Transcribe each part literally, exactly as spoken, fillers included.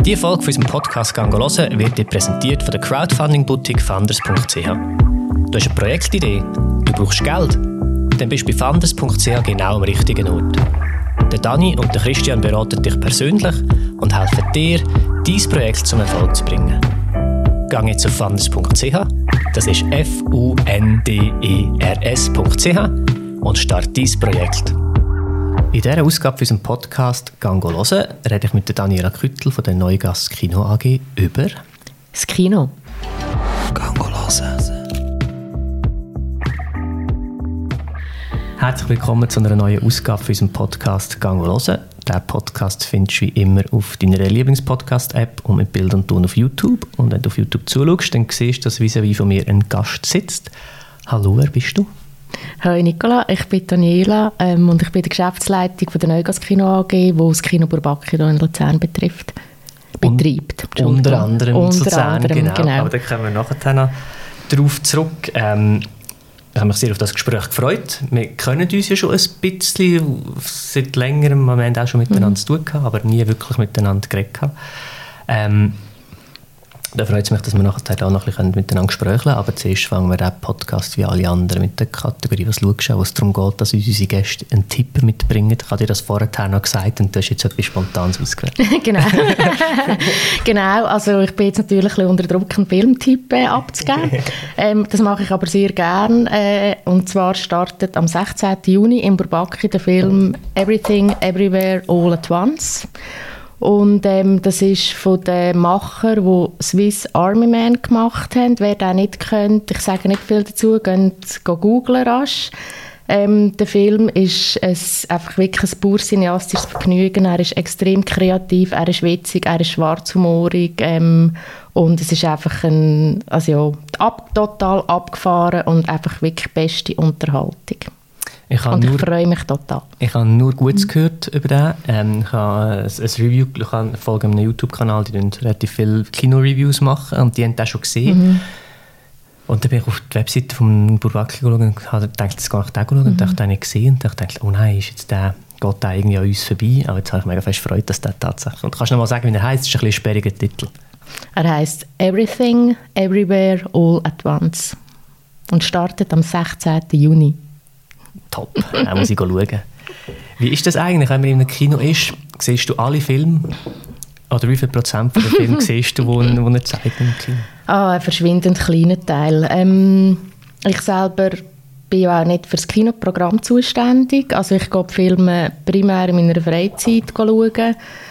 Diese Folge von unserem Podcast «Gang hören» wird dir präsentiert von der Crowdfunding-Boutique Funders punkt c h. Du hast eine Projektidee, du brauchst Geld, dann bist du bei Funders punkt c h genau am richtigen Ort. Der Dani und der Christian beraten dich persönlich und helfen dir, dein Projekt zum Erfolg zu bringen. Gang jetzt auf Funders punkt c h, das ist F U N D E R S punkt c h und start dein Projekt. In dieser Ausgabe unseres Podcasts «Gang hören» rede ich mit der Daniela Küttel von der Neugass Kino A G über das Kino. «Gang hören». Herzlich willkommen zu einer neuen Ausgabe unseres Podcasts «Gang hören». Diesen Podcast findest du wie immer auf deiner Lieblingspodcast-App und mit Bild und Ton auf YouTube. Und wenn du auf YouTube zuschaust, dann siehst du, dass vis-à-vis von mir ein Gast sitzt. Hallo, wer bist du? Hallo Nicola, ich bin Daniela ähm, und ich bin die Geschäftsleitung von der Neugass Kino A G, die das Kino Burbaki hier in Luzern betrifft. Betreibt. Unter anderem in Unter Luzern, anderem, genau. genau. Aber da kommen wir nachher noch darauf zurück. Ähm, ich habe mich sehr auf das Gespräch gefreut. Wir kennen uns ja schon ein bisschen seit längerem. Wir haben auch schon miteinander mhm. zu tun gehabt, aber nie wirklich miteinander geredet. Ähm, da freut es mich, dass wir nachher auch noch ein bisschen miteinander sprechen. Aber zuerst fangen wir diesen Podcast wie alle anderen mit der Kategorie «Was schaust du?», wo es darum geht, dass uns unsere Gäste einen Tipp mitbringen. Ich habe dir das vorher noch gesagt und du hast jetzt etwas Spontanes ausgewählt. Genau. Genau, also ich bin jetzt natürlich ein bisschen unter Druck, einen Filmtipp äh, abzugeben. ähm, das mache ich aber sehr gerne. Äh, und zwar startet am sechzehnten Juni in Burbaki der Film «Everything, Everywhere, All at Once». Und ähm, das ist von den Machern, die Swiss Army Man gemacht haben. Wer das nicht kennt, ich sage nicht viel dazu, geht googlen rasch. Ähm, der Film ist ein, einfach wirklich ein pur cineastisches Vergnügen. Er ist extrem kreativ, er ist witzig, er ist schwarzhumorig ähm, und es ist einfach ein, also ja, ab, total abgefahren und einfach wirklich beste Unterhaltung. Ich und ich nur, freue mich total. Ich habe nur Gutes mhm. gehört über den. Ähm, ich habe ein, ein Review, ich habe folge einem YouTube-Kanal, die relativ viele Kino-Reviews machen und die haben das schon gesehen. Mhm. Und dann bin ich auf die Webseite von Burbaki geschaut und habe gedacht, jetzt gehe ich den schauen. Mhm. Und dachte, den nicht gesehen. Und dachte, oh nein, ist jetzt der, geht der irgendwie an uns vorbei? Aber jetzt habe ich mega fest Freude, dass der tatsächlich... Und kannst du noch mal sagen, wie er heisst? Das ist ein bisschen ein sperriger Titel. Er heisst «Everything, Everywhere, All at Once» und startet am sechzehnten Juni. Top, da muss ich schauen. Wie ist das eigentlich, wenn man in einem Kino ist? Siehst du alle Filme? Oder wie viel Prozent von den Filmen siehst du, die er zeigt im Kino? Ah, ein verschwindend kleiner Teil. Ähm, ich selber bin ja auch nicht für das Kinoprogramm zuständig. Also ich gehe die Filme primär in meiner Freizeit schauen.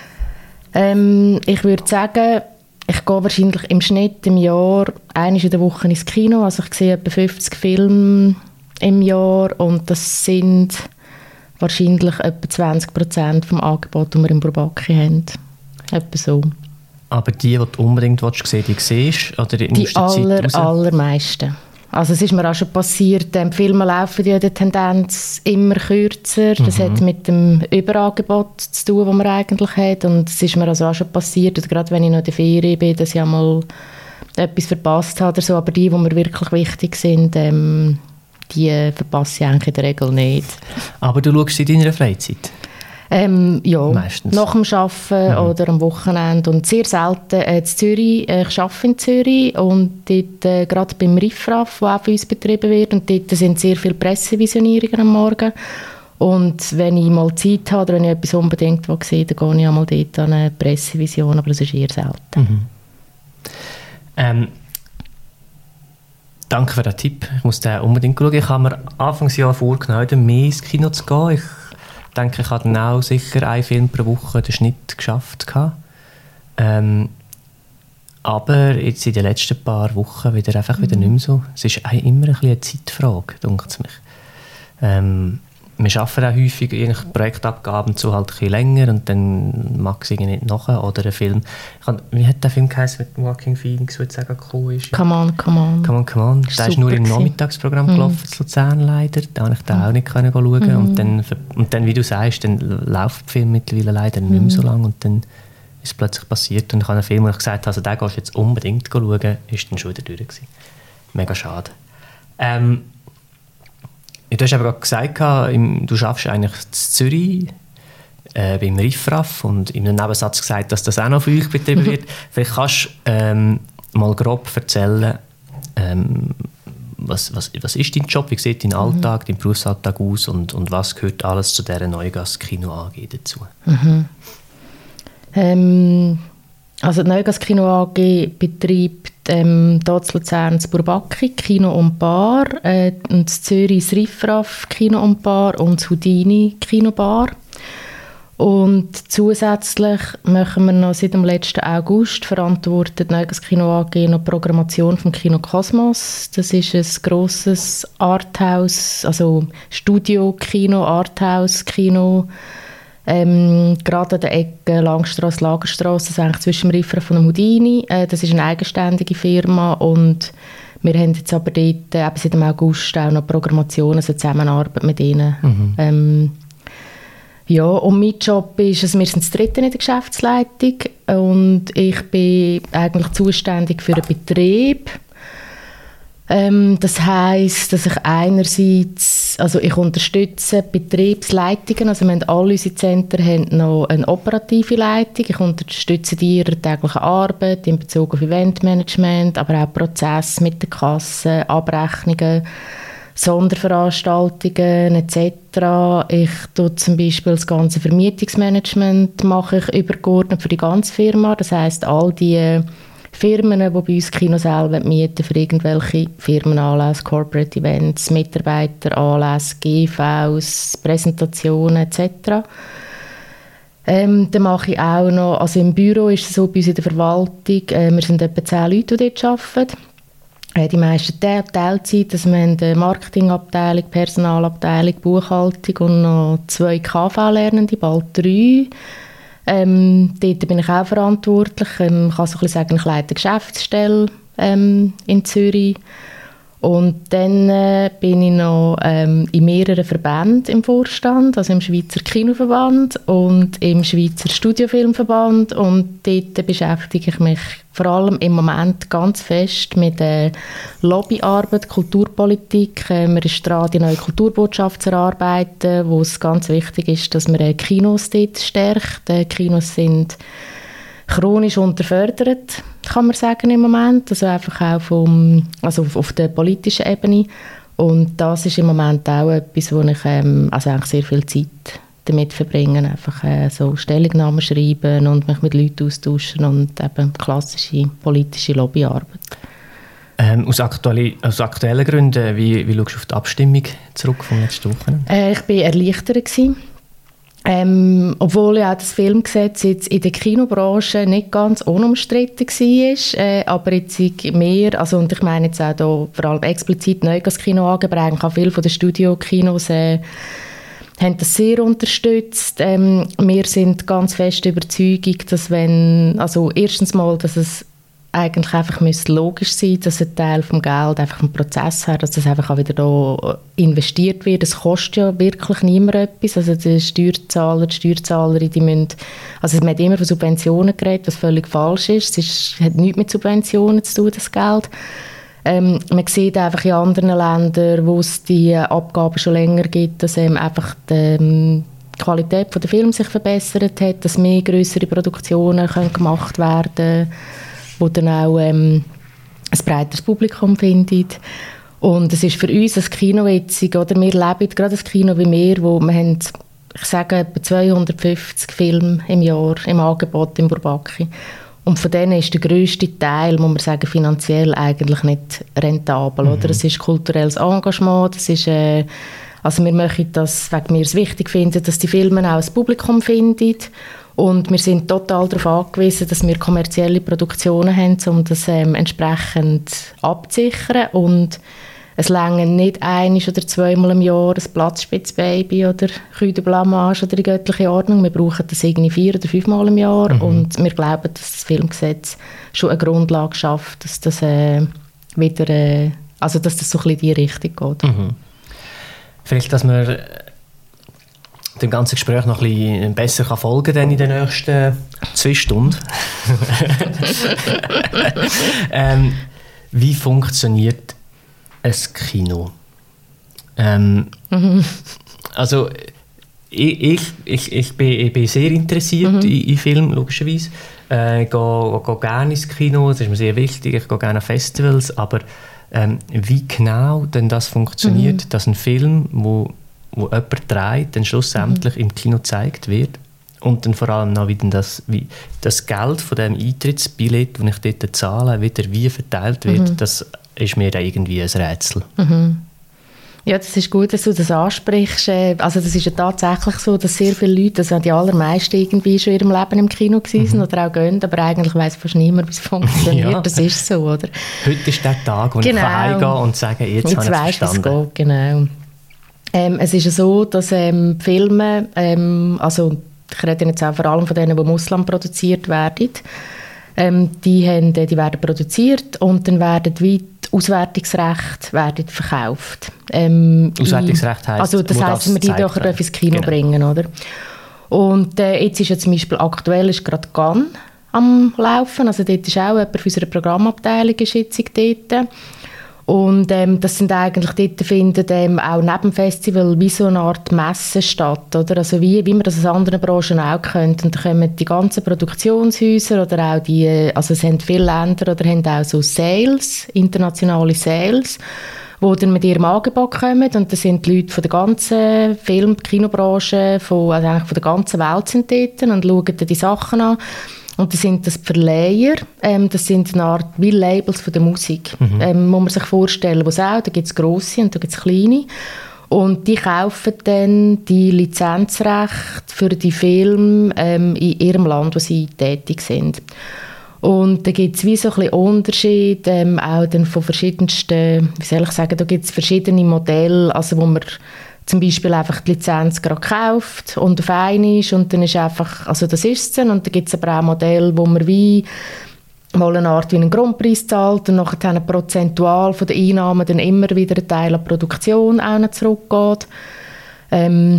Ähm, ich würde sagen, ich gehe wahrscheinlich im Schnitt im Jahr einmal in der Woche ins Kino. Also ich sehe etwa fünfzig Filme im Jahr und das sind wahrscheinlich etwa zwanzig Prozent vom Angebot, das wir in Burbaki haben. Etwa so. Aber die, die du unbedingt sehen willst, die siehst du? Oder die aller, Zeit allermeisten. Also es ist mir auch schon passiert, die Filme laufen ja in der Tendenz immer kürzer. Das mhm. hat mit dem Überangebot zu tun, das man eigentlich hat. Und es ist mir also auch schon passiert, oder gerade wenn ich noch in der Ferien bin, dass ich einmal etwas verpasst habe oder so. Aber die, die mir wirklich wichtig sind, ähm, die verpasse ich eigentlich in der Regel nicht. Aber du schaust in deiner Freizeit? Ähm, ja, meistens. Nach dem Arbeiten mhm. oder am Wochenende. Und sehr selten äh, in Zürich. Äh, ich arbeite in Zürich und dort, äh, gerade beim Riffraff, der auch bei uns betrieben wird, und dort sind sehr viele Pressevisionierungen am Morgen. Und wenn ich mal Zeit habe oder wenn ich etwas unbedingt sehe, dann gehe ich einmal dort an eine Pressevision, aber das ist eher selten. Mhm. Ähm. Danke für den Tipp. Ich muss den unbedingt schauen. Ich habe mir Anfangsjahr vorgenommen, mehr ins Kino zu gehen. Ich denke, ich habe dann auch sicher einen Film pro Woche den Schnitt geschafft. Ähm, aber jetzt in den letzten paar Wochen wieder einfach wieder nicht mehr so. Es ist immer ein bisschen eine Zeitfrage, denkt es mich. Ähm, wir arbeiten auch häufig je nach Projektabgaben zu halt ein bisschen länger und dann mag es irgendwie nicht nachher. Oder ein Film, ich hab, wie hat der Film geheißen mit Walking Phoenix, der jetzt auch gekommen ist? Come on, come on. Come on, come on. Der ist nur im Nachmittagsprogramm gelaufen, mhm. in Luzern leider. Da konnte ich den auch nicht schauen. Mhm. Und, dann, und dann, wie du sagst, dann läuft der Film mittlerweile leider nicht mehr so lange und dann ist es plötzlich passiert. Und ich habe einen Film, wo ich gesagt habe, also den gehst du jetzt unbedingt schauen, ist dann schon wieder durch gewesen. Mega schade. Ähm, Du hast aber gerade gesagt, du arbeitest eigentlich in Zürich. äh, beim Riffraff und in einem Nebensatz gesagt, dass das auch noch für euch betrieben wird. Vielleicht kannst du ähm, mal grob erzählen, ähm, was, was, was ist dein Job, wie sieht dein Alltag, mhm. dein Berufsalltag aus und, und was gehört alles zu dieser Neugas Kino A G dazu? Mhm. Ähm, also die Neugas Kino A G betreibt ähm, hier in Luzern das Bourbaki Kino und Bar, äh, und in Zürich das Riffraff Kino und Bar und das Houdini Kino Bar. Und zusätzlich machen wir noch seit dem letzten August verantwortet die Neugas Kino A G noch die Programmation vom Kino Kosmos. Das ist ein grosses Arthouse, also Studio-Kino, Arthouse-Kino, ähm, gerade an der Ecke Langstrasse, Lagerstrasse, das ist eigentlich zwischen dem Riffraff und dem Houdini. Äh, das ist eine eigenständige Firma und wir haben jetzt aber dort äh, seit dem August auch noch Programmation, also Zusammenarbeit mit ihnen. Mhm. Ähm, Ja, und mein Job ist, also wir sind das Dritte in der Geschäftsleitung und ich bin eigentlich zuständig für den Betrieb. Ähm, das heisst, dass ich einerseits, also ich unterstütze Betriebsleitungen, also wir haben alle unsere Zentren haben noch eine operative Leitung. Ich unterstütze die ihre tägliche Arbeit in Bezug auf Eventmanagement, aber auch Prozesse mit der Kasse, Abrechnungen, Sonderveranstaltungen et cetera. Ich tue zum Beispiel das ganze Vermietungsmanagement mache ich übergeordnet für die ganze Firma. Das heisst, all die Firmen, die bei uns Kino selber mieten für irgendwelche Firmenanlässe, Corporate Events, Mitarbeiteranlässe, G Vs, Präsentationen et cetera. Ähm, dann mache ich auch noch, also im Büro ist es so, bei uns in der Verwaltung, äh, wir sind etwa zehn Leute, die dort arbeiten. Die meisten Teil Teilzeit, also wir haben eine Marketingabteilung, Personalabteilung, Buchhaltung und noch zwei K V-Lernende, bald drei. Ähm, dort bin ich auch verantwortlich. Ähm, ich kann so ein bisschen sagen, ich leite eine Geschäftsstelle ähm, in Zürich. Und dann äh, bin ich noch ähm, in mehreren Verbänden im Vorstand, also im Schweizer Kinoverband und im Schweizer Studiofilmverband. Und dort beschäftige ich mich vor allem im Moment ganz fest mit der Lobbyarbeit, Kulturpolitik. Äh, wir sind dran, die neue Kulturbotschaft zu erarbeiten, wo es ganz wichtig ist, dass man äh, Kinos dort stärkt. Äh, Kinos sind chronisch unterfördert, kann man sagen im Moment, also einfach auch vom, also auf, auf der politischen Ebene. Und das ist im Moment auch etwas, wo ich ähm, also eigentlich sehr viel Zeit damit verbringe, einfach äh, so Stellungnahmen schreiben und mich mit Leuten austauschen und eben klassische politische Lobbyarbeit. Ähm, aus, aktuelle, aus aktuellen Gründen, wie, wie schaust du auf die Abstimmung zurück von letzten Wochen? Äh, ich war erleichtert gewesen. Ähm, obwohl ja auch das Filmgesetz jetzt in der Kinobranche nicht ganz unumstritten war, äh, aber jetzt mehr, also und ich meine jetzt auch da vor allem explizit Neugas Kino A G, aber eigentlich auch viele von den Studiokinos äh, haben das sehr unterstützt. Ähm, wir sind ganz fest der Überzeugung, dass wenn, also erstens mal, dass es eigentlich einfach müsste logisch sein, dass ein Teil vom Geld einfach vom Prozess her, dass das einfach auch wieder da investiert wird. Das kostet ja wirklich niemand etwas. Also die Steuerzahler, die Steuerzahlerin, die müssen, also man hat immer von Subventionen geredet, was völlig falsch ist. Es ist, hat nichts mit Subventionen zu tun, das Geld. Ähm, man sieht einfach in anderen Ländern, wo es die Abgaben schon länger gibt, dass ähm, einfach die, ähm, die Qualität der Filme sich verbessert hat, dass mehr grössere Produktionen können gemacht werden können, wo dann auch ähm, ein breiteres Publikum findet. Und es ist für uns als Kino jetzt, oder wir leben gerade das Kino wie wir, wo wir haben, ich sage, etwa zweihundertfünfzig Filme im Jahr im Angebot im Bourbaki. Und von denen ist der grösste Teil, muss man sagen, finanziell eigentlich nicht rentabel. Mhm. Oder? Es ist kulturelles Engagement, das ist, äh, also wir möchten das, wegen mir es wichtig finden, dass die Filme auch das Publikum finden. Und wir sind total darauf angewiesen, dass wir kommerzielle Produktionen haben, um das ähm, entsprechend abzusichern. Und es reicht nicht ein- oder zweimal im Jahr ein Platzspitzbaby oder Cul de Blamage oder die göttliche Ordnung. Wir brauchen das irgendwie vier- oder fünfmal im Jahr. Mhm. Und wir glauben, dass das Filmgesetz schon eine Grundlage schafft, dass das äh, wieder, äh, also dass das so ein bisschen in die Richtung geht. Mhm. Vielleicht, dass wir dem ganzen Gespräch noch ein bisschen besser folgen kann in den nächsten zwei Stunden. ähm, wie funktioniert ein Kino? Ähm, mhm. Also ich, ich, ich, ich, bin, ich bin sehr interessiert mhm. in, in Film, logischerweise. Äh, ich gehe, gehe gerne ins Kino, das ist mir sehr wichtig. Ich gehe gerne an Festivals, aber ähm, wie genau denn das funktioniert, mhm. dass ein Film, wo, wo jemand dreht, dann schlussendlich mhm. im Kino gezeigt wird und dann vor allem noch, wie denn das, wie das Geld von dem Eintrittsbillett, das ich dort zahle, wieder wie verteilt wird, mhm. das ist mir da irgendwie ein Rätsel. Mhm. Ja, das ist gut, dass du das ansprichst. Also das ist ja tatsächlich so, dass sehr viele Leute, also die allermeisten irgendwie schon in ihrem Leben im Kino waren mhm. oder auch gehen, aber eigentlich weiss fast niemand, wie es funktioniert. Ja. Das ist so, oder? Heute ist der Tag, wo genau. ich heimgehen kann und sagen, jetzt, jetzt habe ich es verstanden. Es geht, genau. Ähm, es ist ja so, dass ähm, Filme, ähm, also ich rede jetzt auch vor allem von denen, die im Ausland produziert werden, ähm, die, haben, die werden produziert und dann werden weit Auswertungsrechte werden verkauft. Ähm, Auswertungsrecht heisst, also das heisst, dass wir die doch ins Kino genau. bringen, oder? Und äh, jetzt ist ja zum Beispiel aktuell ist gerade Cannes am Laufen, also dort ist auch jemand für unsere Programmabteilung ist jetzt dort. Und ähm, das sind eigentlich, dort findet ähm, auch neben dem Festival wie so eine Art Messe statt, oder? Also wie, wie man das aus anderen Branchen auch kennt. Und da kommen die ganzen Produktionshäuser oder auch die, also es haben viele Länder oder haben auch so Sales, internationale Sales, wo dann mit ihrem Angebot kommen und das sind die Leute von der ganzen Film-, Kinobranche, von, also eigentlich von der ganzen Welt sind dort und schauen dann die Sachen an. Und das sind das Verleiher, ähm, das sind eine Art wie Labels von der Musik, mhm. ähm, muss man sich vorstellen, wo es auch, da gibt es grosse und da gibt es kleine. Und die kaufen dann die Lizenzrechte für die Filme ähm, in ihrem Land, wo sie tätig sind. Und da gibt es wie so ein bisschen Unterschiede, ähm, auch dann von verschiedensten, wie soll ich sagen, da gibt es verschiedene Modelle, also wo man zum Beispiel einfach die Lizenz gerade kauft und auf einen ist und dann ist einfach, also das ist es dann. Und dann gibt es aber auch Modelle, wo man wie mal eine Art wie einen Grundpreis zahlt und nachher dann prozentual von den Einnahmen dann immer wieder ein Teil an die Produktion auch noch zurückgeht. Ähm,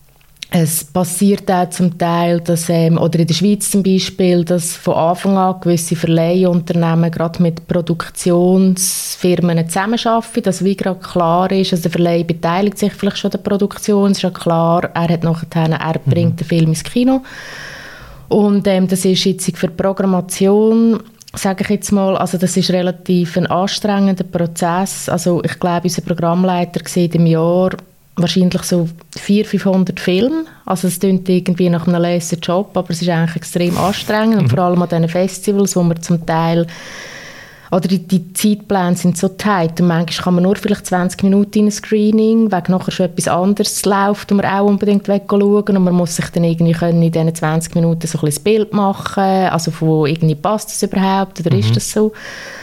es passiert auch zum Teil, dass, ähm, oder in der Schweiz zum Beispiel, dass von Anfang an gewisse Verleihunternehmen gerade mit Produktionsfirmen zusammenarbeiten, dass wie gerade klar ist, also der Verleih beteiligt sich vielleicht schon an der Produktion, es ist ja klar, er, hat nachher, er bringt den Film ins Kino. Und ähm, das ist jetzt für die Programmation, sage ich jetzt mal, also das ist relativ ein anstrengender Prozess. Also ich glaube, unser Programmleiter sieht im Jahr wahrscheinlich so vierhundert, fünfhundert Filme. Also es klingt irgendwie nach einem leisen Job, aber es ist eigentlich extrem anstrengend. Und vor allem an diesen Festivals, wo man zum Teil, oder die, die Zeitpläne sind so tight und manchmal kann man nur vielleicht zwanzig Minuten in ein Screening, weil nachher schon etwas anderes läuft und man auch unbedingt wegschauen und man muss sich dann irgendwie können in diesen zwanzig Minuten so ein bisschen das Bild machen, also von irgendwie passt das überhaupt oder mhm. ist das so?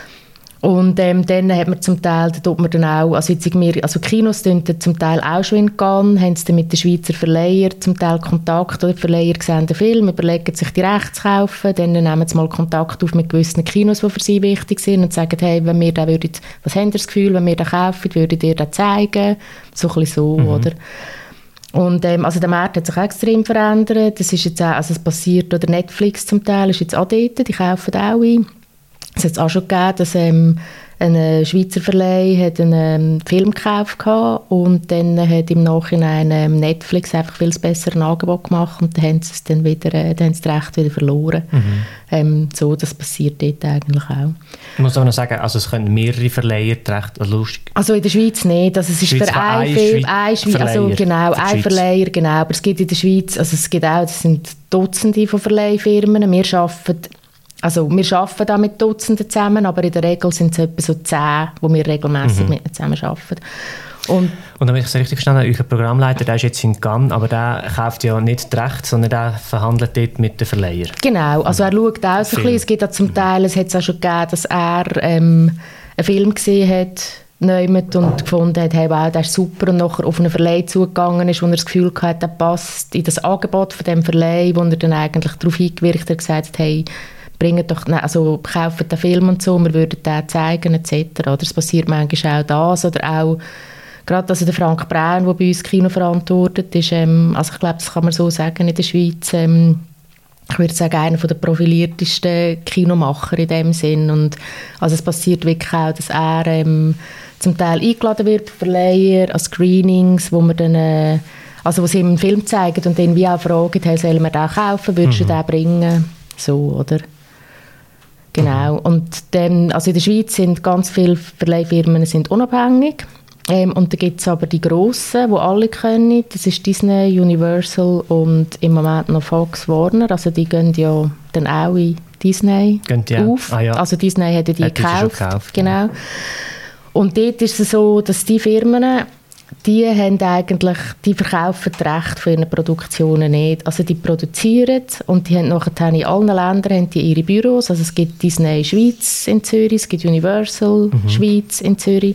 Und ähm, dann hat man zum Teil, da tut man dann auch, also jetzt wir, also Kinos tun zum Teil auch schon in Cannes, haben sie dann mit den Schweizer Verleihern zum Teil Kontakt, oder die Verleiher sehen den Film, überlegen sich die Rechte zu kaufen, dann nehmen sie mal Kontakt auf mit gewissen Kinos, die für sie wichtig sind und sagen, hey, wenn wir da würdet, was habt ihr das Gefühl, wenn wir den kaufen, würdet ihr den zeigen? So ein bisschen so, mhm. oder? Und ähm, also der Markt hat sich auch extrem verändert, das ist jetzt auch, also es passiert, oder Netflix zum Teil ist jetzt auch dort, die kaufen auch ein. Es hat auch schon gegeben, dass ähm, ein Schweizer Verleih hat einen ähm, Film gekauft hat und dann hat im Nachhinein ähm, Netflix einfach viel besser ein Angebot gemacht und dann haben sie es dann wieder, äh, dann haben sie das Recht wieder verloren. Mhm. Ähm, so, das passiert dort eigentlich auch. Ich muss auch noch sagen, also es können mehrere Verleiher die Rechte, also lustig. Also in der Schweiz nicht, also es ist Schweiz für einen Film, ein Schweiz, also genau, ein Verleiher, genau, aber es gibt in der Schweiz, also es gibt auch, das sind Dutzende von Verleihfirmen, wir arbeiten Also wir arbeiten da mit Dutzenden zusammen, aber in der Regel sind es etwa so zehn, wo wir regelmässig mhm. mit ihnen zusammen arbeiten. Und, und damit ich es richtig verstanden habe, euer Programmleiter, der ist jetzt in Cannes, aber der kauft ja nicht die Rechte, sondern der verhandelt dort mit den Verleihern. Genau, also er schaut auch so ein bisschen, es gibt auch zum Teil, es hat es auch schon gegeben, dass er ähm, einen Film gesehen hat, und gefunden hat, hey, wow, der ist super und nachher auf einen Verleih zugegangen ist, wo er das Gefühl hatte, der passt in das Angebot von dem Verleih, wo er dann eigentlich darauf hingewirkt hat, gesagt hat, hey, bringen doch, also kaufen den Film und so, wir würden den zeigen et cetera. Oder es passiert manchmal auch das oder auch gerade also der Frank Braun, der bei uns Kino verantwortet ist, ähm, also ich glaube, das kann man so sagen in der Schweiz, ähm, ich würde sagen, einer der profiliertesten Kinomacher in dem Sinn. Und also es passiert wirklich auch, dass er ähm, zum Teil eingeladen wird, Verleiher, an Screenings, wo man dann äh, also wo sie ihm einen Film zeigen und dann wie auch fragen, hey, sollen wir den kaufen, würdest du mhm. den bringen? So, oder? Genau. Mhm. Und dann, also in der Schweiz sind ganz viele Verleihfirmen sind unabhängig. Ähm, und da gibt es aber die grossen, die alle können. Das ist Disney, Universal und im Moment noch Fox Warner. Also die gehen ja dann auch in Disney auf. Ah, ja. Also Disney hat ja die hat gekauft. gekauft. Genau. Ja. Und dort ist es so, dass die Firmen, die haben eigentlich, die verkaufen das Recht von ihren Produktionen nicht. Also die produzieren und die haben nachher in allen Ländern haben die ihre Büros. Also es gibt Disney Schweiz in Zürich, es gibt Universal mhm. Schweiz in Zürich.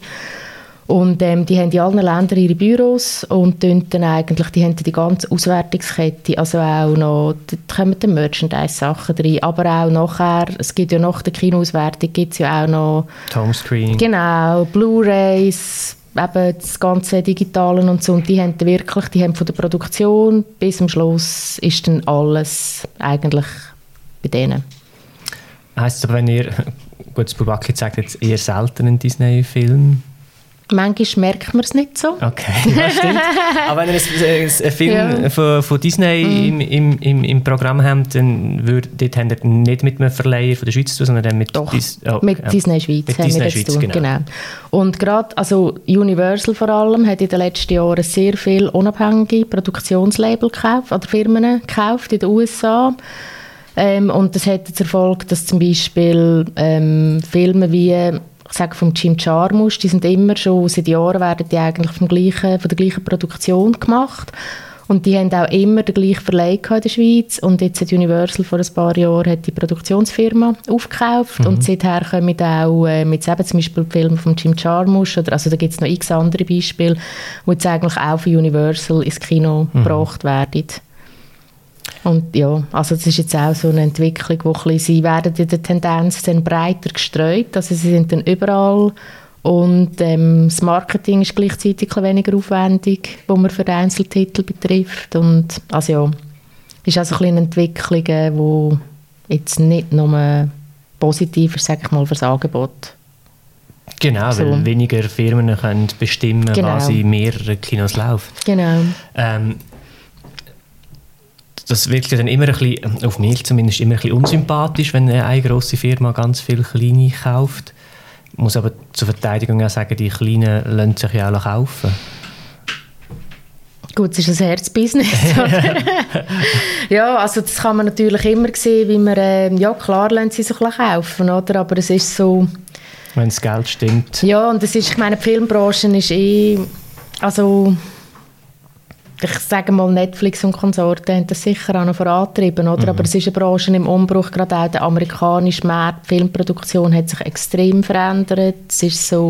Und ähm, die haben in allen Ländern ihre Büros und dann eigentlich, die haben die ganze Auswertungskette, also auch noch, da kommen die Merchandise-Sachen rein, aber auch nachher, es gibt ja nach der Kinoauswertung, gibt es ja auch noch Homescreen. Genau, Blu-rays, eben das ganze Digitale und so, und die haben wirklich, die haben von der Produktion bis zum Schluss ist dann alles eigentlich bei denen. Heisst es aber, wenn ihr, gut, das Bourbaki zeigt jetzt eher selten einen Disney-Film? Manchmal merkt man es nicht so. Okay, ja, stimmt. Aber wenn ihr einen, einen Film ja. von, von Disney mm. im, im, im Programm habt, dann würd, dort habt ihr nicht mit einem Verleiher von der Schweiz zu tun, sondern mit, Doch, Dis- oh, mit ja. Disney Schweiz. Mit Disney Schweiz, genau. genau. Und gerade, also Universal vor allem, hat in den letzten Jahren sehr viele unabhängige Produktionslabel gekauft, oder Firmen gekauft in den U S A. Ähm, und das hat zur Folge, dass zum Beispiel ähm, Filme wie ich sage vom Jim Jarmusch, die sind immer schon, seit Jahren werden die eigentlich vom gleichen, von der gleichen Produktion gemacht. Und die haben auch immer den gleichen Verleih in der Schweiz. Und jetzt hat Universal vor ein paar Jahren hat die Produktionsfirma aufgekauft. Mhm. Und seither kommen auch äh, mit eben zum Beispiel Filme von Jim Jarmusch, oder, also da gibt es noch x andere Beispiele, die jetzt eigentlich auch von Universal ins Kino mhm. gebracht werden. Und ja, also das ist jetzt auch so eine Entwicklung, wo ein bisschen, sie werden in der Tendenz dann breiter gestreut, also sie sind dann überall und ähm, das Marketing ist gleichzeitig ein weniger aufwendig, was man für den Einzeltitel betrifft, und also ja, ist also ein bisschen eine Entwicklung, die jetzt nicht nur positiv ist, sage ich mal, für das Angebot. Genau, so. Weil weniger Firmen können bestimmen, genau. was in mehreren Kinos läuft. Genau. Ähm, Das wirkt dann immer ein bisschen, auf mich zumindest, immer ein bisschen unsympathisch, wenn eine grosse Firma ganz viele kleine kauft. Ich muss aber zur Verteidigung auch sagen, die Kleinen lassen sich ja auch kaufen. Gut, es ist ein Herzbusiness. Ja, also das kann man natürlich immer sehen, wie man, äh, ja klar lassen sie sich kaufen, oder? Aber es ist so... Wenn das Geld stimmt. Ja, und das ist, ich meine, die Filmbranche ist eh, also... Ich sage mal, Netflix und Konsorten haben das sicher auch noch vorangetrieben, oder? Mhm. Aber es ist eine Branche im Umbruch, gerade auch der amerikanische Markt, die Filmproduktion hat sich extrem verändert. Es ist so,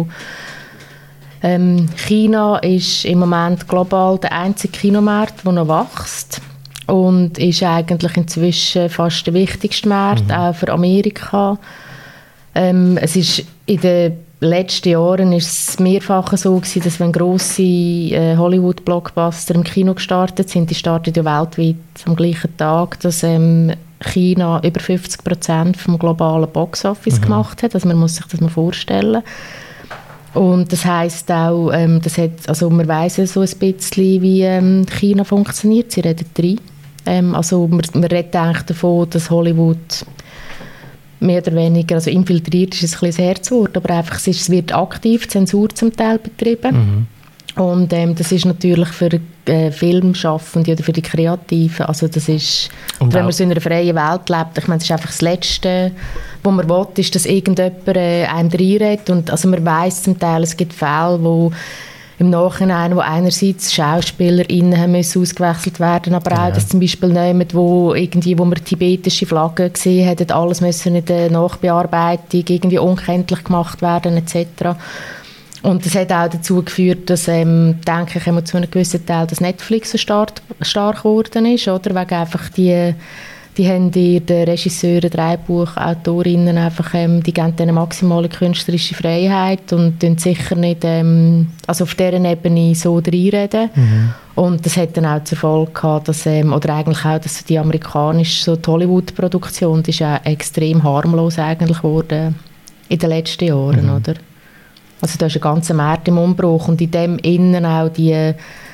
ähm, China ist im Moment global der einzige Kinomarkt, der noch wächst und ist eigentlich inzwischen fast der wichtigste Markt, mhm. auch für Amerika. Ähm, es ist in den letzten Jahren ist es mehrfach so gewesen, dass wenn grosse äh, Hollywood-Blockbuster im Kino gestartet sind, die starten ja weltweit am gleichen Tag, dass ähm, China über fünfzig Prozent vom globalen Boxoffice mhm. gemacht hat. Also man muss sich das mal vorstellen. Und das heisst auch, ähm, das hat, also man weiss ja so ein bisschen, wie ähm, China funktioniert. Sie reden rein. Ähm, also man, man redet eigentlich davon, dass Hollywood mehr oder weniger, also infiltriert ist ein bisschen das Herzwort, aber einfach es, ist, es wird aktiv Zensur zum Teil betrieben. Mhm. Und ähm, das ist natürlich für äh, Filmschaffende oder für die Kreativen, also das ist, und wenn man so in einer freien Welt lebt, ich meine, das ist einfach das Letzte, was man will, ist, dass irgendjemand äh, einem reinredet. Und also man weiss zum Teil, es gibt Fälle, wo im Nachhinein, wo einerseits SchauspielerInnen haben müssen ausgewechselt werden, aber ja. auch, dass zum Beispiel jemand, wo irgendwie, wo man tibetische Flaggen gesehen hat, alles müssen in der Nachbearbeitung irgendwie unkenntlich gemacht werden, et cetera. Und das hat auch dazu geführt, dass, ähm, denke ich, zu einem gewissen Teil, dass Netflix so stark, stark geworden ist, oder? Wegen einfach die Die haben die, die Regisseure, Drehbuchautorinnen einfach, ähm, die geben denen maximale künstlerische Freiheit und tun sicher nicht ähm, also auf dieser Ebene so reinreden. Mhm. Und das hat dann auch zur Folge gehabt, dass, ähm, oder eigentlich auch, dass die amerikanische so die Hollywood-Produktion, die ist auch extrem harmlos eigentlich geworden in den letzten Jahren, mhm. oder? Also da ist ein ganzer Markt im Umbruch und in dem innen auch die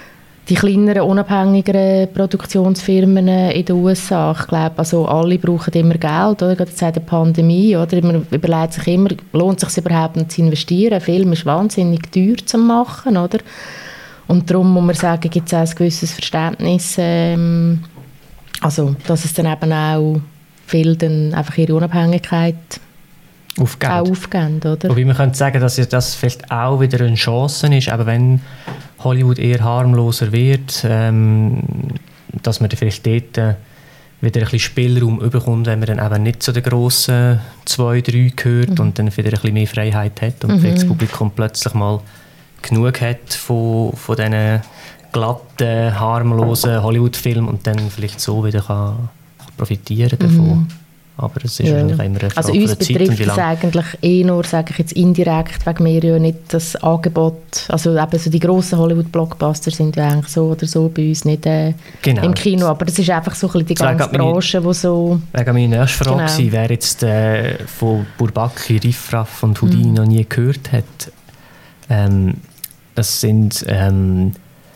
die kleineren, unabhängigeren Produktionsfirmen in den U S A, ich glaube, also alle brauchen immer Geld, oder? Gerade seit der Pandemie, oder? Man überlegt sich immer, lohnt es sich überhaupt noch zu investieren? Ein Film ist wahnsinnig teuer zu machen, oder? Und darum muss man sagen, gibt es auch ein gewisses Verständnis, ähm, also, dass es dann eben auch viele dann einfach ihre Unabhängigkeit aufgeben. Auch aufgeben, oder? Wobei man könnte sagen, dass das vielleicht auch wieder eine Chance ist, aber wenn Hollywood eher harmloser wird, ähm, dass man dann vielleicht dort äh, wieder ein bisschen Spielraum bekommt, wenn man dann eben nicht zu den grossen zwei, drei gehört mhm. und dann wieder ein bisschen mehr Freiheit hat und mhm. das Publikum plötzlich mal genug hat von, von diesen glatten, harmlosen Hollywood-Filmen und dann vielleicht so wieder kann profitieren davon. Mhm. Aber es ist ja. wahrscheinlich immer eine Frage also uns der Zeit betrifft und wie es eigentlich eh nur, sage ich jetzt indirekt, wegen mir ja nicht das Angebot, also eben so die grossen Hollywood-Blockbuster sind ja eigentlich so oder so bei uns nicht äh, genau. im Kino, aber das ist einfach so ein bisschen die das ganze Branche, die so... Wegen meine nächste Frage genau. wer jetzt äh, von Bourbaki, Riff-Raff und Houdini mhm. noch nie gehört hat, ähm, das sind ähm,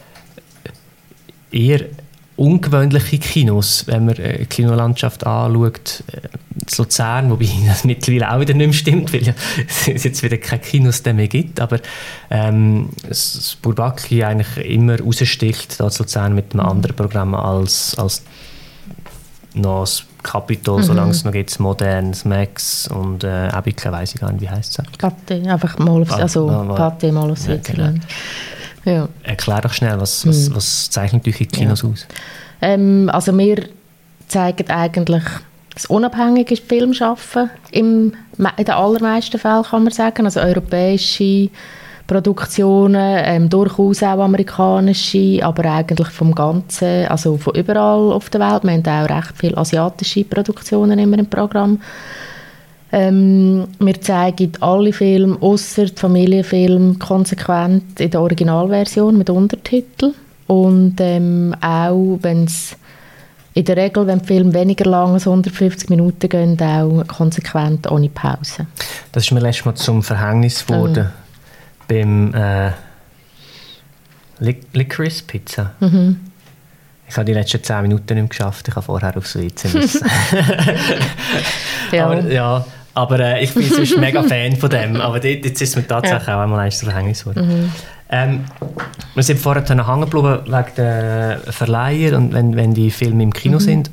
eher ungewöhnliche Kinos, wenn man die Kinolandschaft anschaut, in Luzern, wobei das mittlerweile auch wieder nicht mehr stimmt, weil es jetzt wieder keine Kinos mehr gibt, aber ähm, das Bourbaki eigentlich immer raussticht, da in Luzern mit einem anderen Programm als, als noch das Capitol, mhm. solange es noch gibt, Modern, das Max und äh, Abika, weiss ich gar nicht, wie heisst es? Pathé, einfach mal auf, also Pathé mal auf Switzerland. Ja, genau. Ja. Erklär doch schnell, was, was, was zeichnet euch in Kinos ja. aus? Ähm, also wir zeigen eigentlich das unabhängige Filmschaffen im, in den allermeisten Fällen, kann man sagen. Also europäische Produktionen, ähm, durchaus auch amerikanische, aber eigentlich vom Ganzen, also von überall auf der Welt. Wir haben auch recht viele asiatische Produktionen immer im Programm. Ähm, wir zeigen alle Filme, ausser die Familienfilme, konsequent in der Originalversion mit Untertiteln. Und ähm, auch, wenn es in der Regel, wenn die Filme weniger lang als hundertfünfzig Minuten gehen, auch konsequent ohne Pause. Das ist mir letztes Mal zum Verhängnis geworden. Oh. Beim äh, Licorice Pizza. Mhm. Ich habe die letzten zehn Minuten nicht mehr geschafft. Ich habe vorher aufs W C müssen. ja. Aber, ja, aber äh, ich bin sonst mega Fan von dem. Aber dort, jetzt ist es mir tatsächlich ja. auch einmal ein Verhängnis geworden. Mhm. Ähm, wir sind vorher hängen geblieben wegen der Verleiher und wenn, wenn die Filme im Kino mhm. sind.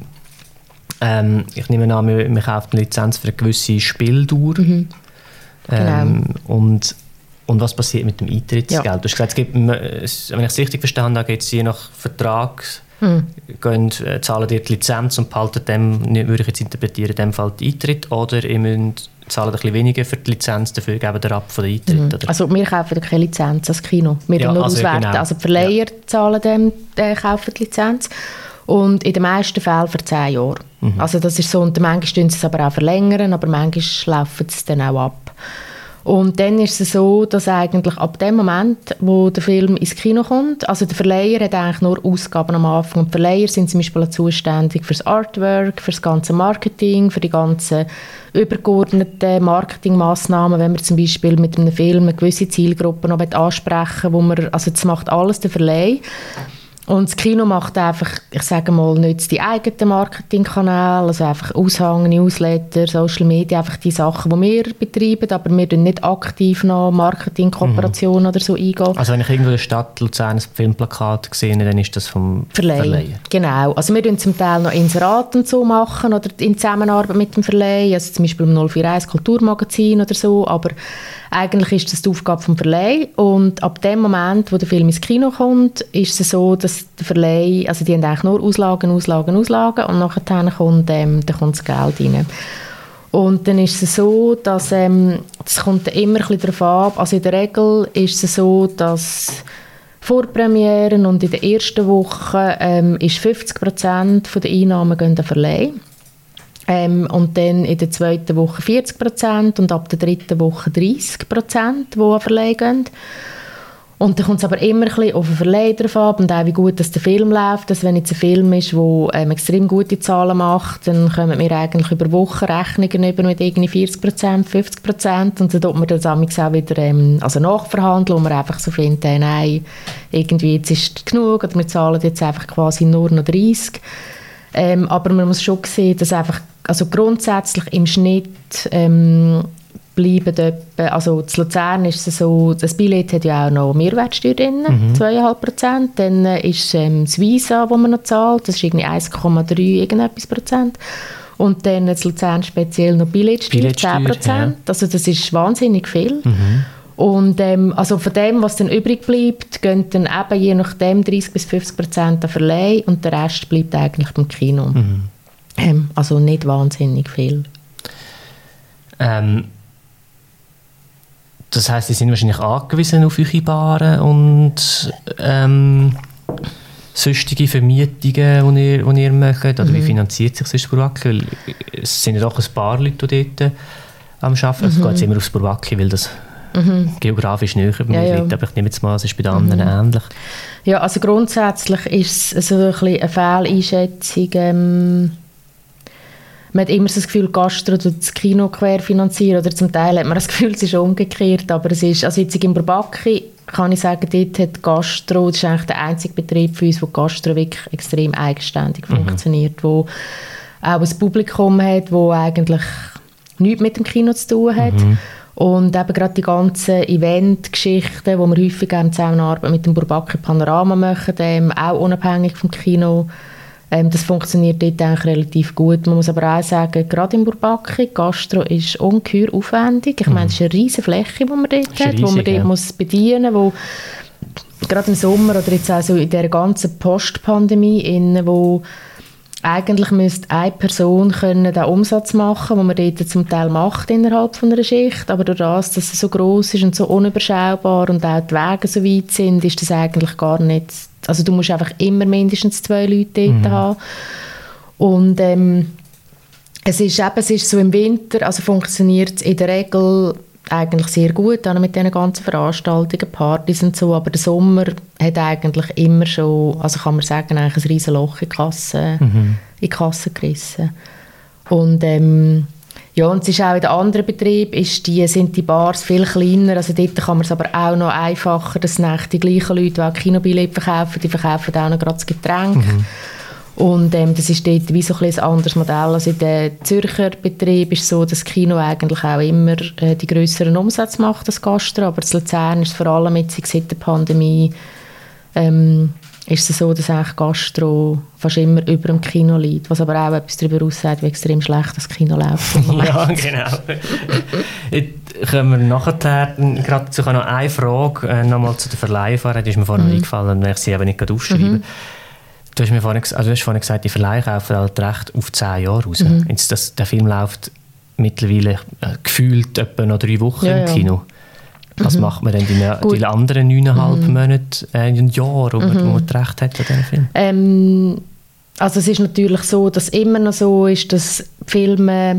Ähm, ich nehme an, wir, wir kaufen eine Lizenz für eine gewisse Spieldauer. Mhm. Ähm, genau. und Und was passiert mit dem Eintrittsgeld? Ja. Du hast gesagt, es gibt, wenn ich es richtig verstanden habe, geht es je nach Vertrag, hm. gehen, äh, zahlen dir die Lizenz und behalten dem, würde ich jetzt interpretieren, in dem Fall den Eintritt, oder ihr müsst zahlen ein bisschen weniger für die Lizenz, dafür geben ihr ab von den Eintritt, mhm. oder? Also wir kaufen keine Lizenz als Kino, wir ja, nur also, auswerten. Genau. Also die Verleiher ja. zahlen dem, äh, kaufen die Lizenz und in den meisten Fällen für zehn Jahre. Mhm. Also das ist so, und manchmal tun sie es aber auch verlängern, aber manchmal laufen sie es dann auch ab. Und dann ist es so, dass eigentlich ab dem Moment, wo der Film ins Kino kommt, also der Verleiher hat eigentlich nur Ausgaben am Anfang. Und die Verleiher sind zum Beispiel zuständig für das Artwork, für das ganze Marketing, für die ganzen übergeordneten Marketingmaßnahmen, wenn man zum Beispiel mit einem Film eine gewisse Zielgruppe noch ansprechen will, wo man, also das macht alles der Verleih. Und das Kino macht einfach, ich sage mal, nicht die eigenen Marketingkanäle, also einfach Aushang, Newsletter, Social Media, einfach die Sachen, die wir betreiben, aber wir tun nicht aktiv noch Marketingkooperationen mhm. oder so eingehen. Also wenn ich irgendwo in der Stadt Luzern ein Filmplakat sehe, dann ist das vom Verleih. Verleiher? Genau, also wir tun zum Teil noch Inserate und so machen oder in Zusammenarbeit mit dem Verleih, also zum Beispiel im null vier eins Kulturmagazin oder so, aber eigentlich ist das die Aufgabe vom Verleih und ab dem Moment, wo der Film ins Kino kommt, ist es so, dass der Verleih, also die haben eigentlich nur Auslagen, Auslagen, Auslagen und nachher kommt, ähm, dann kommt das Geld rein. Und dann ist es so, dass ähm, das kommt immer ein bisschen darauf ab, also in der Regel ist es so, dass vor Premieren und in der ersten Woche ähm, ist fünfzig Prozent der Einnahmen gehen an den Verleih. Ähm, und dann in der zweiten Woche vierzig Prozent und ab der dritten Woche dreißig Prozent, die an Verleih gehen. Und dann kommt es aber immer ein bisschen auf den Verleih drauf ab und auch wie gut dass der Film läuft. Dass wenn jetzt ein Film ist, der ähm, extrem gute Zahlen macht, dann kommen wir eigentlich über Wochen Rechnungen über mit irgendwie vierzig Prozent, fünfzig Prozent und dann tut man das auch wieder ähm, also nachverhandeln, wo man einfach so findet, hey, nein, irgendwie jetzt ist es genug oder wir zahlen jetzt einfach quasi nur noch dreißig. Ähm, aber man muss schon sehen, dass einfach also grundsätzlich im Schnitt ähm, bleiben etwa, also in Luzern ist es so, das Billett hat ja auch noch Mehrwertsteuer drin, mhm. zwei Komma fünf Prozent. Dann ist ähm, das Visa, das man noch zahlt, das ist irgendwie eins Komma drei irgendetwas Prozent. Und dann in Luzern speziell noch Billettsteuer, Billettsteuer zehn Prozent. Ja. Also das ist wahnsinnig viel. Mhm. Und ähm, also von dem, was dann übrig bleibt, gehen dann eben je nachdem dreißig bis fünfzig Prozent an Verleih und der Rest bleibt eigentlich beim Kino. Mhm. Ähm, also nicht wahnsinnig viel. Ähm. Das heisst, Sie sind wahrscheinlich angewiesen auf eure Baren und ähm, sonstige Vermietungen, die ihr, die ihr macht? Oder mhm. wie finanziert sich das Bourbaki? Es sind ja doch ein paar Leute, die dort am Arbeiten. Es mhm. geht jetzt immer aufs Bourbaki, weil das mhm. geografisch näher bei mir ja, liegt. Ja. Aber ich nehme jetzt mal, es ist bei den anderen mhm. ähnlich. Ja, also grundsätzlich ist es so ein bisschen eine Fehleinschätzung. Ähm Man hat immer so das Gefühl, Gastro tut das Kino querfinanzieren, oder zum Teil hat man das Gefühl, es ist umgekehrt, aber es ist, also jetzt in Bourbaki kann ich sagen, dort hat Gastro, das ist eigentlich der einzige Betrieb für uns, wo Gastro wirklich extrem eigenständig mhm. funktioniert, wo auch ein Publikum hat, wo eigentlich nichts mit dem Kino zu tun hat. Mhm. Und eben gerade die ganzen Event-Geschichten, die wir häufig in Zusammenarbeit mit dem Bourbaki Panorama machen, ähm, auch unabhängig vom Kino. Ähm, das funktioniert dort eigentlich relativ gut. Man muss aber auch sagen, gerade im Bourbaki, Gastro ist ungeheuer aufwendig. Ich meine, es ist eine riesige Fläche, die man dort hat, riesig, die man dort ja. muss bedienen muss, wo gerade im Sommer oder jetzt auch so in dieser ganzen Post-Pandemie, in, wo eigentlich müsste eine Person können den Umsatz machen, den man dort zum Teil macht innerhalb von einer Schicht, aber durch das, dass es so gross ist und so unüberschaubar und auch die Wege so weit sind, ist das eigentlich gar nicht, also du musst einfach immer mindestens zwei Leute dort mhm. haben. Und ähm, es ist eben, es ist so im Winter, also funktioniert es in der Regel eigentlich sehr gut, auch mit diesen ganzen Veranstaltungen, Partys und so, aber der Sommer hat eigentlich immer schon, also kann man sagen, eigentlich ein riesen Loch in die Kasse, mhm. in die Kasse gerissen. Und ähm, ja, und es ist auch in den anderen Betrieben, ist die, sind die Bars viel kleiner, also dort kann man es aber auch noch einfacher, dass die gleichen Leute, die auch Kinobillette verkaufen, die verkaufen auch noch gerade das Getränk. Mhm. Und ähm, das ist dort wie so ein, ein anderes Modell. Also in den Zürcher Betrieb ist es so, dass das Kino eigentlich auch immer äh, die grösseren Umsätze macht als Gastro, aber in Luzern ist es vor allem jetzt seit der Pandemie ähm, ist es so, dass eigentlich Gastro fast immer über dem Kino liegt, was aber auch etwas darüber aussagt, wie extrem schlecht das Kino läuft. Ja, genau. Jetzt kommen wir nachher, gerade zu noch eine Frage, äh, nochmal zu der Verleihfahrt, die ist mir vorhin mhm. eingefallen, und ich sie aber nicht gerade aufschreiben. Mhm. Du hast mir vorhin, also du hast vorhin gesagt, die Verleihe kaufen halt recht auf zehn Jahre raus. Mhm. Jetzt, das, der Film läuft mittlerweile äh, gefühlt etwa noch drei Wochen ja, im Kino. Ja. Was mhm. macht man denn die, die anderen neuneinhalb mhm. Monate, äh, ein Jahr, wo man, mhm. wo man Recht hat an diesem Film? Ähm, also es ist natürlich so, dass immer noch so ist, dass Filme,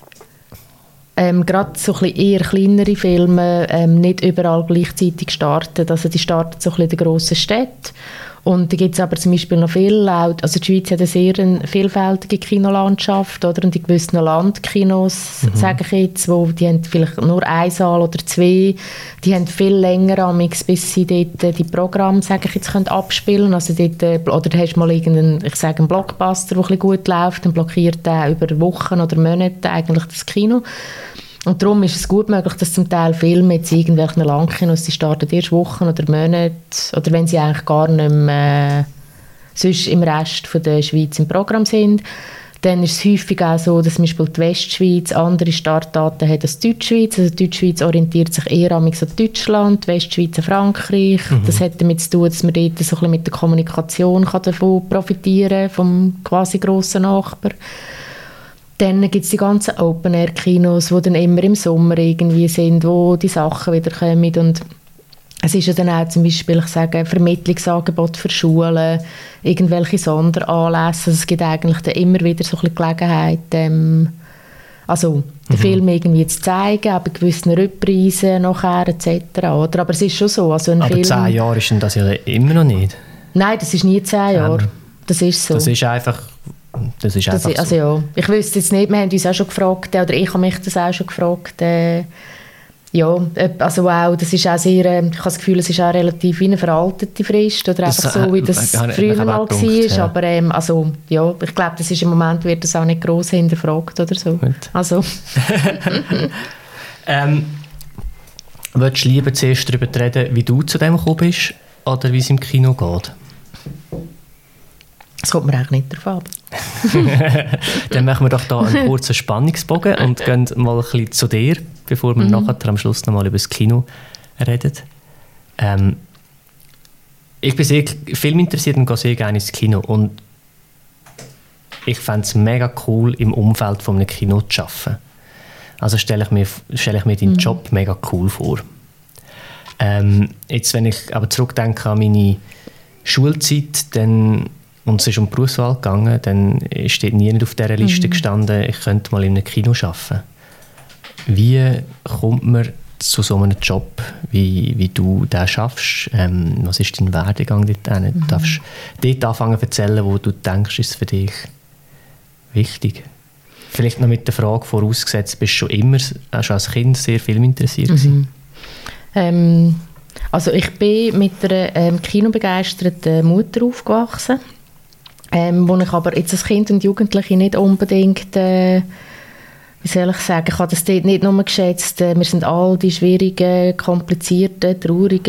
ähm, gerade so ein bisschen eher kleinere Filme, ähm, nicht überall gleichzeitig starten. Also die starten so ein bisschen in den grossen Städten. Und da gibt es aber zum Beispiel noch viel, also die Schweiz hat eine sehr vielfältige Kinolandschaft, oder? Und in gewissen Landkinos, mhm. sage ich jetzt, wo, die haben vielleicht nur einen Saal oder zwei, die haben viel länger amix, bis sie dort die Programme, sage ich jetzt, können abspielen. Also dort, oder du hast mal irgendeinen, ich sage, einen Blockbuster, der ein bisschen gut läuft, dann blockiert der über Wochen oder Monate eigentlich das Kino. Und darum ist es gut möglich, dass zum Teil Filme jetzt in irgendwelchen Landkinos, die starten erst Wochen oder Monate, oder wenn sie eigentlich gar nicht mehr äh, sonst im Rest von der Schweiz im Programm sind. Dann ist es häufig auch so, dass zum Beispiel die Westschweiz andere Startdaten hat als die Deutschschweiz. Also die Deutschschweiz orientiert sich eher an Deutschland, die Westschweiz an Frankreich. Mhm. Das hat damit zu tun, dass man dort so ein bisschen mit der Kommunikation kann davon profitieren kann, vom quasi grossen Nachbar. Dann gibt es die ganzen Open-Air-Kinos, die dann immer im Sommer irgendwie sind, wo die Sachen wieder kommen. Und es ist ja dann auch zum Beispiel, ich sage, Vermittlungsangebote für Schulen, irgendwelche Sonderanlässe. Also es gibt eigentlich dann immer wieder so ein bisschen Gelegenheit, ähm, also den mhm. Film irgendwie zu zeigen, aber gewissen Reprisen nachher et cetera. Oder? Aber es ist schon so. Also ein aber Film, zehn Jahre ist das ja immer noch nicht. Nein, das ist nie zehn Jahre. Ähm, das ist so. Das ist einfach, das ist das einfach ist, also so. Ja, ich wüsste jetzt nicht, wir haben uns auch schon gefragt, oder ich habe mich das auch schon gefragt, äh, ja, also auch, das ist auch sehr, ich habe das Gefühl, es ist auch relativ wie eine veraltete Frist oder einfach das, so, wie das äh, früher mal war. Ja. Aber ähm, also, ja, ich glaube, das ist im Moment, wird das auch nicht gross hinterfragt oder so. Gut. Also. ähm, willst du lieber zuerst darüber reden, wie du zu dem gekommen bist oder wie es im Kino geht? Das kommt mir eigentlich nicht drauf ab. Dann machen wir doch da einen kurzen Spannungsbogen und gehen mal ein bisschen zu dir, bevor wir mhm. nachher am Schluss noch mal über das Kino reden. Ähm, ich bin sehr filminteressiert und gehe sehr gerne ins Kino. Und ich fände es mega cool, im Umfeld von einem Kino zu arbeiten. Also stelle ich mir, stelle ich mir deinen mhm. Job mega cool vor. Ähm, jetzt, wenn ich aber zurückdenke an meine Schulzeit, dann und es ist um die Berufswahl gegangen, dann steht nie nicht auf dieser Liste mhm. gestanden, ich könnte mal in einem Kino arbeiten. Wie kommt man zu so einem Job, wie, wie du den schaffst? Ähm, was ist dein Werdegang dort? Mhm. Du darfst dort anfangen zu erzählen, wo du denkst, ist für dich wichtig. Vielleicht noch mit der Frage vorausgesetzt, bist du schon immer, schon als Kind sehr filminteressiert gewesen? Mhm. Ähm, also ich bin mit einer ähm, kinobegeisterten Mutter aufgewachsen. Ähm, wo ich aber jetzt als Kind und Jugendliche nicht unbedingt, äh, wie soll ich sagen, ich habe das dort nicht nur geschätzt, äh, wir sind all die schwierigen, komplizierten, traurigen,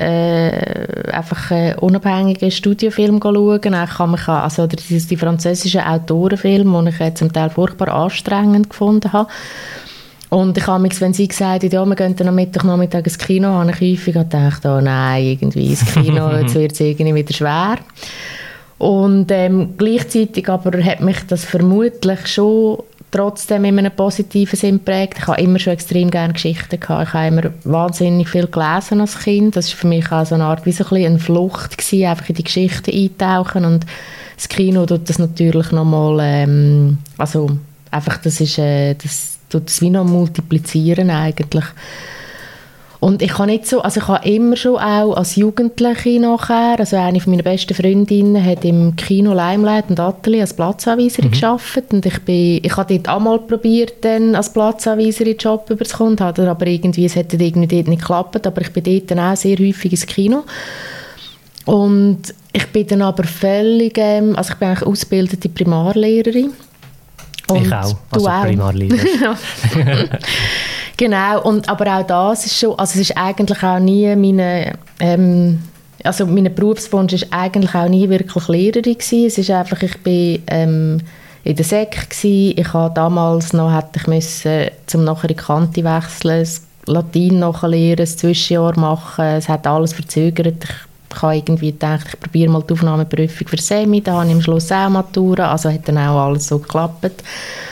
äh, einfach äh, unabhängigen Studiofilme schauen. Ich kann mich, also die, die französischen Autorenfilme, die ich äh, zum Teil furchtbar anstrengend gefunden habe. Und ich habe mich, wenn sie gesagt hat, ja, wir gehen dann am Mittagnachmittag ins Kino, habe ich häufig gedacht, oh nein, irgendwie ins Kino, jetzt wird es irgendwie wieder schwer. Und ähm, gleichzeitig aber hat mich das vermutlich schon trotzdem in einem positiven Sinn geprägt. Ich habe immer schon extrem gerne Geschichten gehabt. Ich habe immer wahnsinnig viel gelesen als Kind. Das war für mich auch so eine Art wie so ein bisschen eine Flucht gewesen, einfach in die Geschichten eintauchen. Und das Kino tut das natürlich nochmal, ähm, also einfach das ist, äh, das tut das wie noch multiplizieren eigentlich. Und ich habe nicht so, also ich habe immer schon auch als Jugendliche nachher, also eine von meiner besten Freundinnen hat im Kino Limelight und Atelier als Platzanweiserin mhm. gearbeitet und ich bin, ich habe dort auch mal probiert, dann als Platzanweiserin Job überzukommen, aber irgendwie, es hat irgendwie dort nicht geklappt, aber ich bin dort dann auch sehr häufig ins Kino. Und ich bin dann aber völlig, ähm, also ich bin eigentlich ausgebildete Primarlehrerin. Und ich auch, also auch. Primarlehrer. Genau, und, aber auch das ist schon, also es ist eigentlich auch nie meine, ähm, also mein Berufswunsch ist eigentlich auch nie wirklich Lehrerin gewesen. Es ist einfach, ich bin ähm, in der Sek gewesen. Ich habe damals noch, hätte ich müssen, zum nachher in die Kante wechseln, das Latein nachlehren, das Zwischenjahr machen, es hat alles verzögert. Ich habe irgendwie gedacht, ich probiere mal die Aufnahmeprüfung für Semi, da habe ich am Schluss auch Matura, also hat dann auch alles so geklappt.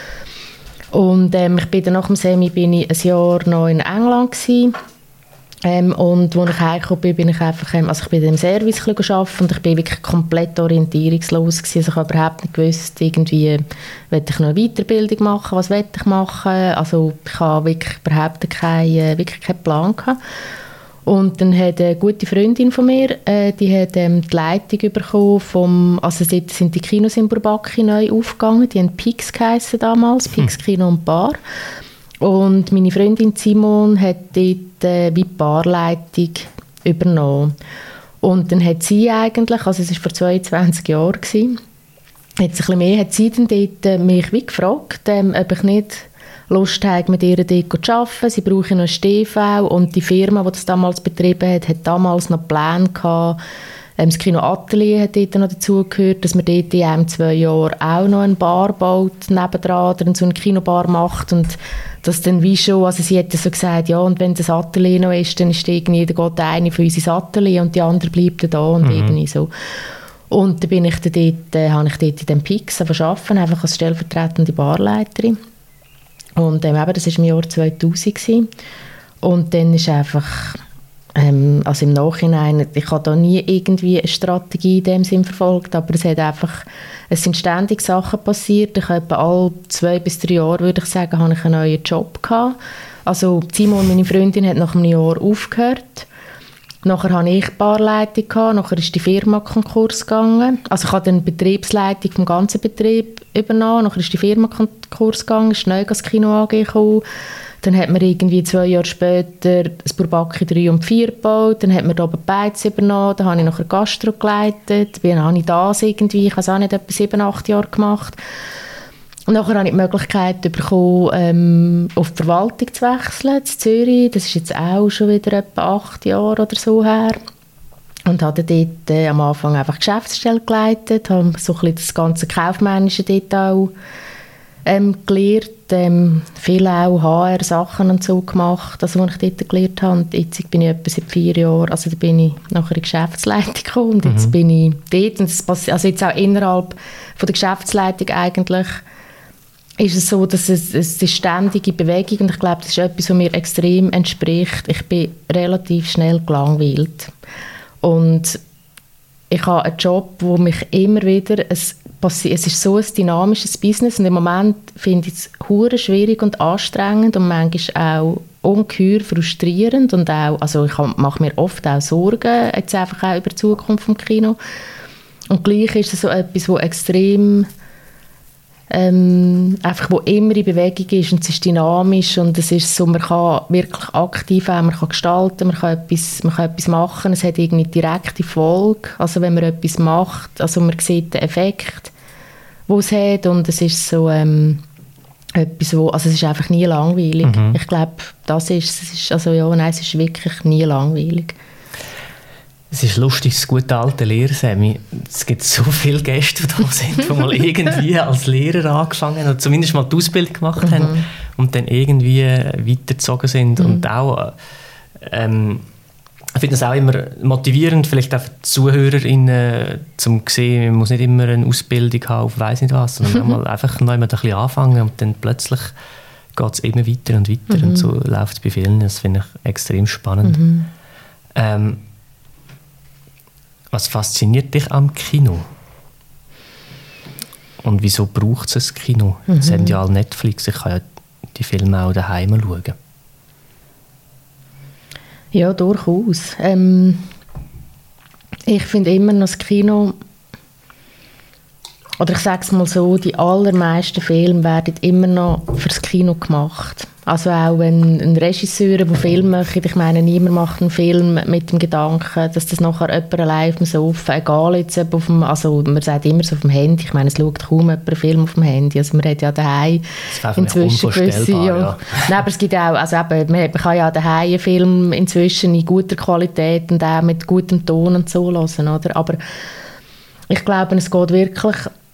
Und ähm, ich bin dann nach dem Semi bin ich ein Jahr noch in England gewesen. Ähm, und als ich heimgekommen bin, bin ich einfach, ähm, also ich bin im Service arbeiten und ich bin wirklich komplett orientierungslos gewesen. Also ich habe überhaupt nicht gewusst, irgendwie, will ich noch eine Weiterbildung machen, was will ich machen. Also ich habe wirklich überhaupt keinen, wirklich keinen Plan gehabt. Und dann hat eine gute Freundin von mir, äh, die hat ähm, die Leitung bekommen vom, also dort sind die Kinos in Bourbaki neu aufgegangen, die haben Pix geheissen damals, hm. Pix Kino und Bar. Und meine Freundin Simon hat dort äh, wie die Barleitung übernommen. Und dann hat sie eigentlich, also es war vor zweiundzwanzig Jahren, gewesen, hat ein bisschen mehr, hat sie dann dort äh, mich wie gefragt, ähm, ob ich nicht Lust habe, mit ihr dort zu arbeiten. Sie brauchen noch ein T V und die Firma, die das damals betrieben hat, hat damals noch Pläne gehabt. Ähm, das Kino Atelier hat dort noch dazugehört, dass man dort in einem, zwei Jahren auch noch eine Bar baut, nebendran, oder so eine Kinobar macht und das dann wie schon, also sie hat so gesagt, ja, und wenn das Atelier noch ist, dann ist irgendwie, dann geht der eine für unser Atelier und die andere bleibt dann da und mhm. irgendwie so. Und dann bin ich dann dort, äh, habe ich dort in dem Pix arbeiten, einfach als stellvertretende Barleiterin. Und ähm, eben, das war im Jahr zweitausend gewesen. Und dann ist einfach, ähm, also im Nachhinein, ich habe da nie irgendwie eine Strategie in dem Sinn verfolgt, aber es hat einfach, es sind ständig Sachen passiert. Ich habe etwa alle zwei bis drei Jahre, würde ich sagen, habe ich einen neuen Job gehabt. Also Simon, meine Freundin, hat nach einem Jahr aufgehört. Nachher hatte ich Barleitung gehabt, nachher ist die Firma Konkurs gegangen. Also ich habe dann die Betriebsleitung vom ganzen Betrieb übernommen, nachher ist die Firma Konkurs gegangen, ist neu das Kino A G gekommen. Dann hat man irgendwie zwei Jahre später das Bourbaki drei und vier gebaut, dann hat man da oben Beiz übernommen, dann habe ich nachher Gastro geleitet, dann habe ich das irgendwie, ich habe es auch nicht etwa sieben, acht Jahre gemacht. Und nachher habe ich die Möglichkeit bekommen, ähm, auf die Verwaltung zu wechseln, in Zürich. Das ist jetzt auch schon wieder etwa acht Jahre oder so her. Und habe dort äh, am Anfang einfach Geschäftsstelle geleitet, habe so ein bisschen das ganze kaufmännische Detail ähm, gelernt, ähm, viel auch H R-Sachen und so gemacht, also was ich dort gelernt habe. Und jetzt bin ich etwa seit vier Jahren, also da bin ich nachher in die Geschäftsleitung gekommen und jetzt mhm. bin ich dort. Und das passiert, also jetzt auch innerhalb von der Geschäftsleitung eigentlich, ist es so, dass es, es ist ständige Bewegung und ich glaube, das ist etwas, was mir extrem entspricht. Ich bin relativ schnell gelangweilt. Und ich habe einen Job, wo mich immer wieder, es, es ist so ein dynamisches Business und im Moment finde ich es hure schwierig und anstrengend und manchmal auch ungeheuer frustrierend und auch, also ich mache mir oft auch Sorgen, jetzt einfach auch über die Zukunft vom Kino. Und gleich ist es so etwas, was extrem Ähm, einfach, wo immer in Bewegung ist und es ist dynamisch und es ist so, man kann wirklich aktiv sein, man kann gestalten, man kann etwas, man kann etwas machen, es hat irgendwie direkte Folge, also wenn man etwas macht, also man sieht den Effekt, den es hat und es ist so ähm, etwas, wo, also es ist einfach nie langweilig. Mhm. Ich glaube, das ist, es ist, also ja, nein, es ist wirklich nie langweilig. Es ist lustig, das gute alte Lehrsemi. Es gibt so viele Gäste, die da sind, die mal irgendwie als Lehrer angefangen haben oder zumindest mal die Ausbildung gemacht mhm. haben und dann irgendwie weitergezogen sind. Mhm. Und auch, ähm, ich finde das auch immer motivierend, vielleicht auch für die ZuhörerInnen, zum zu sehen, man muss nicht immer eine Ausbildung haben auf weiss nicht was, sondern mhm. einfach noch ein bisschen anfangen und dann plötzlich geht es immer weiter und weiter mhm. und so läuft es bei vielen. Das finde ich extrem spannend. Mhm. Ähm, Was fasziniert dich am Kino? Und wieso braucht es ein Kino? Mhm. Es haben ja alle Netflix, ich kann ja die Filme auch daheim schauen. Ja, durchaus. Ähm, ich finde immer noch das Kino, oder ich sage es mal so, die allermeisten Filme werden immer noch fürs Kino gemacht. Also auch wenn ein Regisseur, der Film macht, ich meine, niemand macht einen Film mit dem Gedanken, dass das nachher jemand allein auf dem Sofa, egal jetzt ob auf dem, also man sagt immer so auf dem Handy, ich meine, es schaut kaum jemand einen Film auf dem Handy, also man hat ja daheim inzwischen gewisse, ja. ja. Nein, aber es gibt auch, also eben, man kann ja daheim einen Film inzwischen in guter Qualität und auch mit gutem Ton und so hören, oder? Aber ich glaube, es geht wirklich.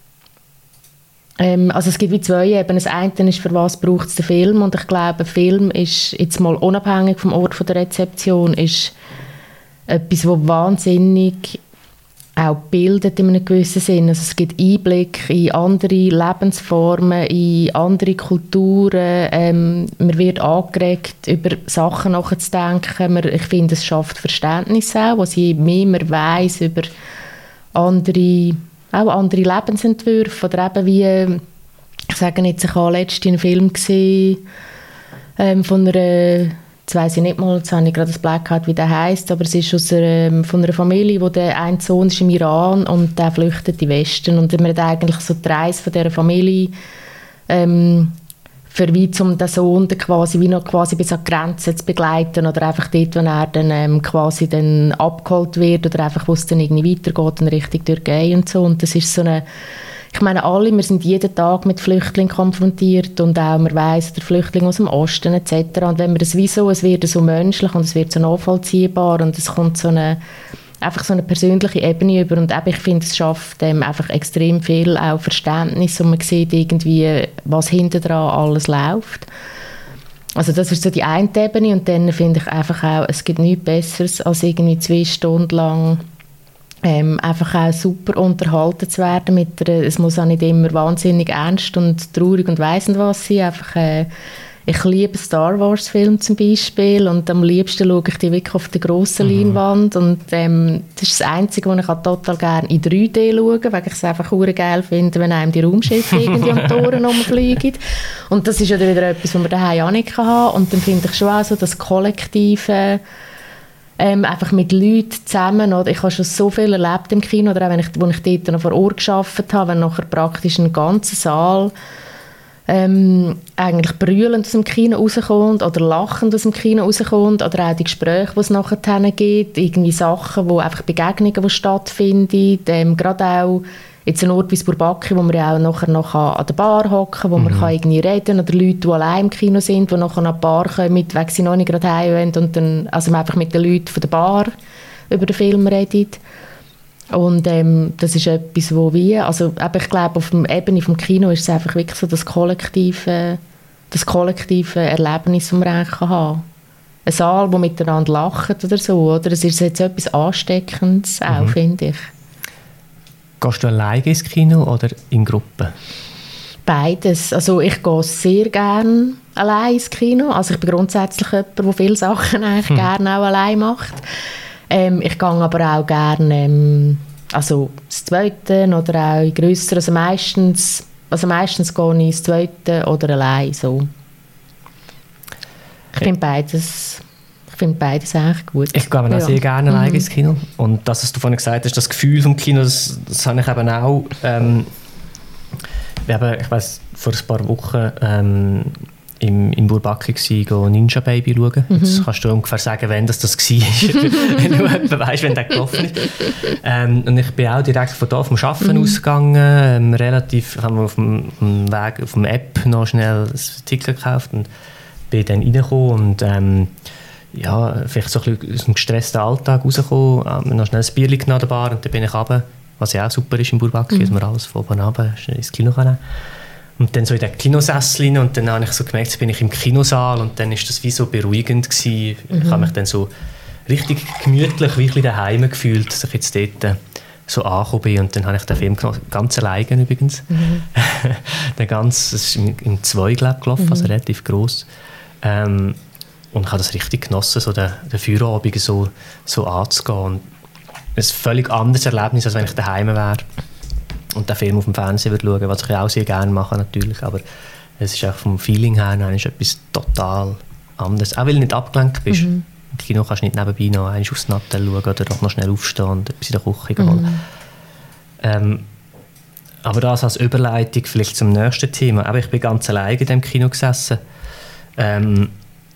Ähm, also es gibt wie zwei Ebenen. Das eine ist, für was braucht es den Film, und ich glaube, ein Film ist jetzt mal unabhängig vom Ort von der Rezeption, ist etwas, was wahnsinnig auch bildet in einem gewissen Sinn. Also es gibt Einblick in andere Lebensformen, in andere Kulturen, ähm, man wird angeregt, über Sachen nachzudenken. Man, ich finde, es schafft Verständnis auch, was je mehr man weiss über andere auch andere Lebensentwürfe, oder eben wie, ich sage jetzt, ich habe letztens einen Film gesehen, ähm, von einer, jetzt weiss ich nicht mal, jetzt habe ich gerade das Blackout, wie der heisst, aber es ist aus einer, von einer Familie, wo der ein Sohn ist im Iran und der flüchtet in den Westen, und man hat eigentlich so die Reise von dieser Familie ähm, verweiht, um den Sohn dann quasi, wie noch quasi bis an die Grenze zu begleiten, oder einfach dort, wo er dann ähm, quasi dann abgeholt wird, oder einfach, wo es dann irgendwie weitergeht in Richtung Türkei und so. Und das ist so eine, ich meine, alle, wir sind jeden Tag mit Flüchtlingen konfrontiert, und auch, man weiss, der Flüchtling aus dem Osten et cetera. Und wenn man das wie so, es wird so menschlich und es wird so nachvollziehbar und es kommt so eine, einfach so eine persönliche Ebene über, und eben, ich finde, es schafft ähm, einfach extrem viel auch Verständnis, und man sieht irgendwie, was hinten dran alles läuft. Also das ist so die eine Ebene, und dann finde ich einfach auch, es gibt nichts Besseres, als irgendwie zwei Stunden lang ähm, einfach auch super unterhalten zu werden mit einer, es muss auch nicht immer wahnsinnig ernst und traurig und weiss nicht was sein, einfach äh, Ich liebe Star Wars Filme zum Beispiel und am liebsten schaue ich die wirklich auf der grossen mhm. Leinwand und ähm, das ist das Einzige, was ich total gerne in drei D schaue, weil ich es einfach geil finde, wenn einem die Raumschiffe irgendwie am Toren rumfliegen. Und das ist ja wieder etwas, was man daheim auch nicht haben kann. Und dann finde ich schon auch so das Kollektive, ähm, einfach mit Leuten zusammen. Oder? Ich habe schon so viel erlebt im Kino, oder auch wenn ich, wo ich dort noch vor Ort gearbeitet habe, wenn nachher praktisch ein ganzer Saal Ähm, eigentlich brüllend aus dem Kino rauskommt oder lachend aus dem Kino rauskommt oder auch die Gespräche, die es nachher gibt, irgendwie Sachen, wo einfach Begegnungen, die stattfinden, ähm, gerade auch jetzt ein Ort wie Bourbaki, wo man ja auch nachher noch an der Bar hocken, wo mhm. man kann irgendwie reden oder Leute, die allein im Kino sind, die nachher an die Bar kommen, weil sie noch nicht gerade heim wollen und dann also man einfach mit den Leuten von der Bar über den Film redet. Und ähm, das ist etwas, wo wir, also aber ich glaube, auf der Ebene vom Kino ist es einfach wirklich so das kollektive, das kollektive Erlebnis, das man eigentlich haben kann. Ein Saal, der miteinander lacht oder so, oder? Es ist jetzt etwas Ansteckendes auch, mhm. finde ich. Gehst du alleine ins Kino oder in Gruppen? Beides. Also ich gehe sehr gerne allein ins Kino. Also ich bin grundsätzlich jemand, der viele Sachen eigentlich mhm. gerne auch allein macht. Ähm, ich gehe aber auch gerne ähm, also das Zweite oder auch in grösseren, also meistens, also meistens gehe ich ins Zweite oder allein, so. Ich finde beides, ich finde beides eigentlich gut. Ich gehe auch ja. sehr gerne allein mhm. ins Kino und das, was du vorhin gesagt hast, das Gefühl vom Kino, das, das habe ich eben auch, ähm, wir haben, ich weiss, vor ein paar Wochen ähm, im, im Bourbaki gsi, Ninja Baby schauen. Mhm. Jetzt kannst du ungefähr sagen, wann das, das war, wenn du jemanden weißt, wenn der gelaufen ist. Ähm, und ich bin auch direkt von da vom Arbeiten mhm. ausgegangen. Ähm, relativ, haben wir auf dem, auf dem Weg, auf dem App noch schnell ein Ticket gekauft und bin dann reingekommen und ähm, ja, vielleicht so ein bisschen aus dem gestressten Alltag rausgekommen, ähm, noch schnell ein Bierchen genommen an der Bar und dann bin ich runter, was ja auch super ist im Bourbaki, mhm. dass man alles von oben runter ins Kino kann. Und dann so in den Kinosessel und dann habe ich so gemerkt, jetzt bin ich im Kinosaal und dann ist das wie so beruhigend gewesen. Mhm. Ich habe mich dann so richtig gemütlich, wie ein bisschen daheim gefühlt, dass ich jetzt dort so angekommen bin. Und dann habe ich den Film ganz alleine übrigens. Mhm. der ganz, das ist im, im zwei, glaube ich, gelaufen, mhm. also relativ gross. Ähm, und ich habe das richtig genossen, so den, den Feierabend so, so anzugehen. Und ein völlig anderes Erlebnis, als wenn ich daheim wäre und den Film auf dem Fernsehen würde schauen, was ich auch sehr gerne mache natürlich, aber es ist auch vom Feeling her noch etwas total anderes. Auch weil du nicht abgelenkt bist. Mhm. Im Kino kannst du nicht nebenbei noch einmal aufs Nattel schauen oder doch noch schnell aufstehen und etwas in der Küche holen. Mhm. Ähm, aber das als Überleitung vielleicht zum nächsten Thema. Aber ich bin ganz alleine in diesem Kino gesessen. Ähm,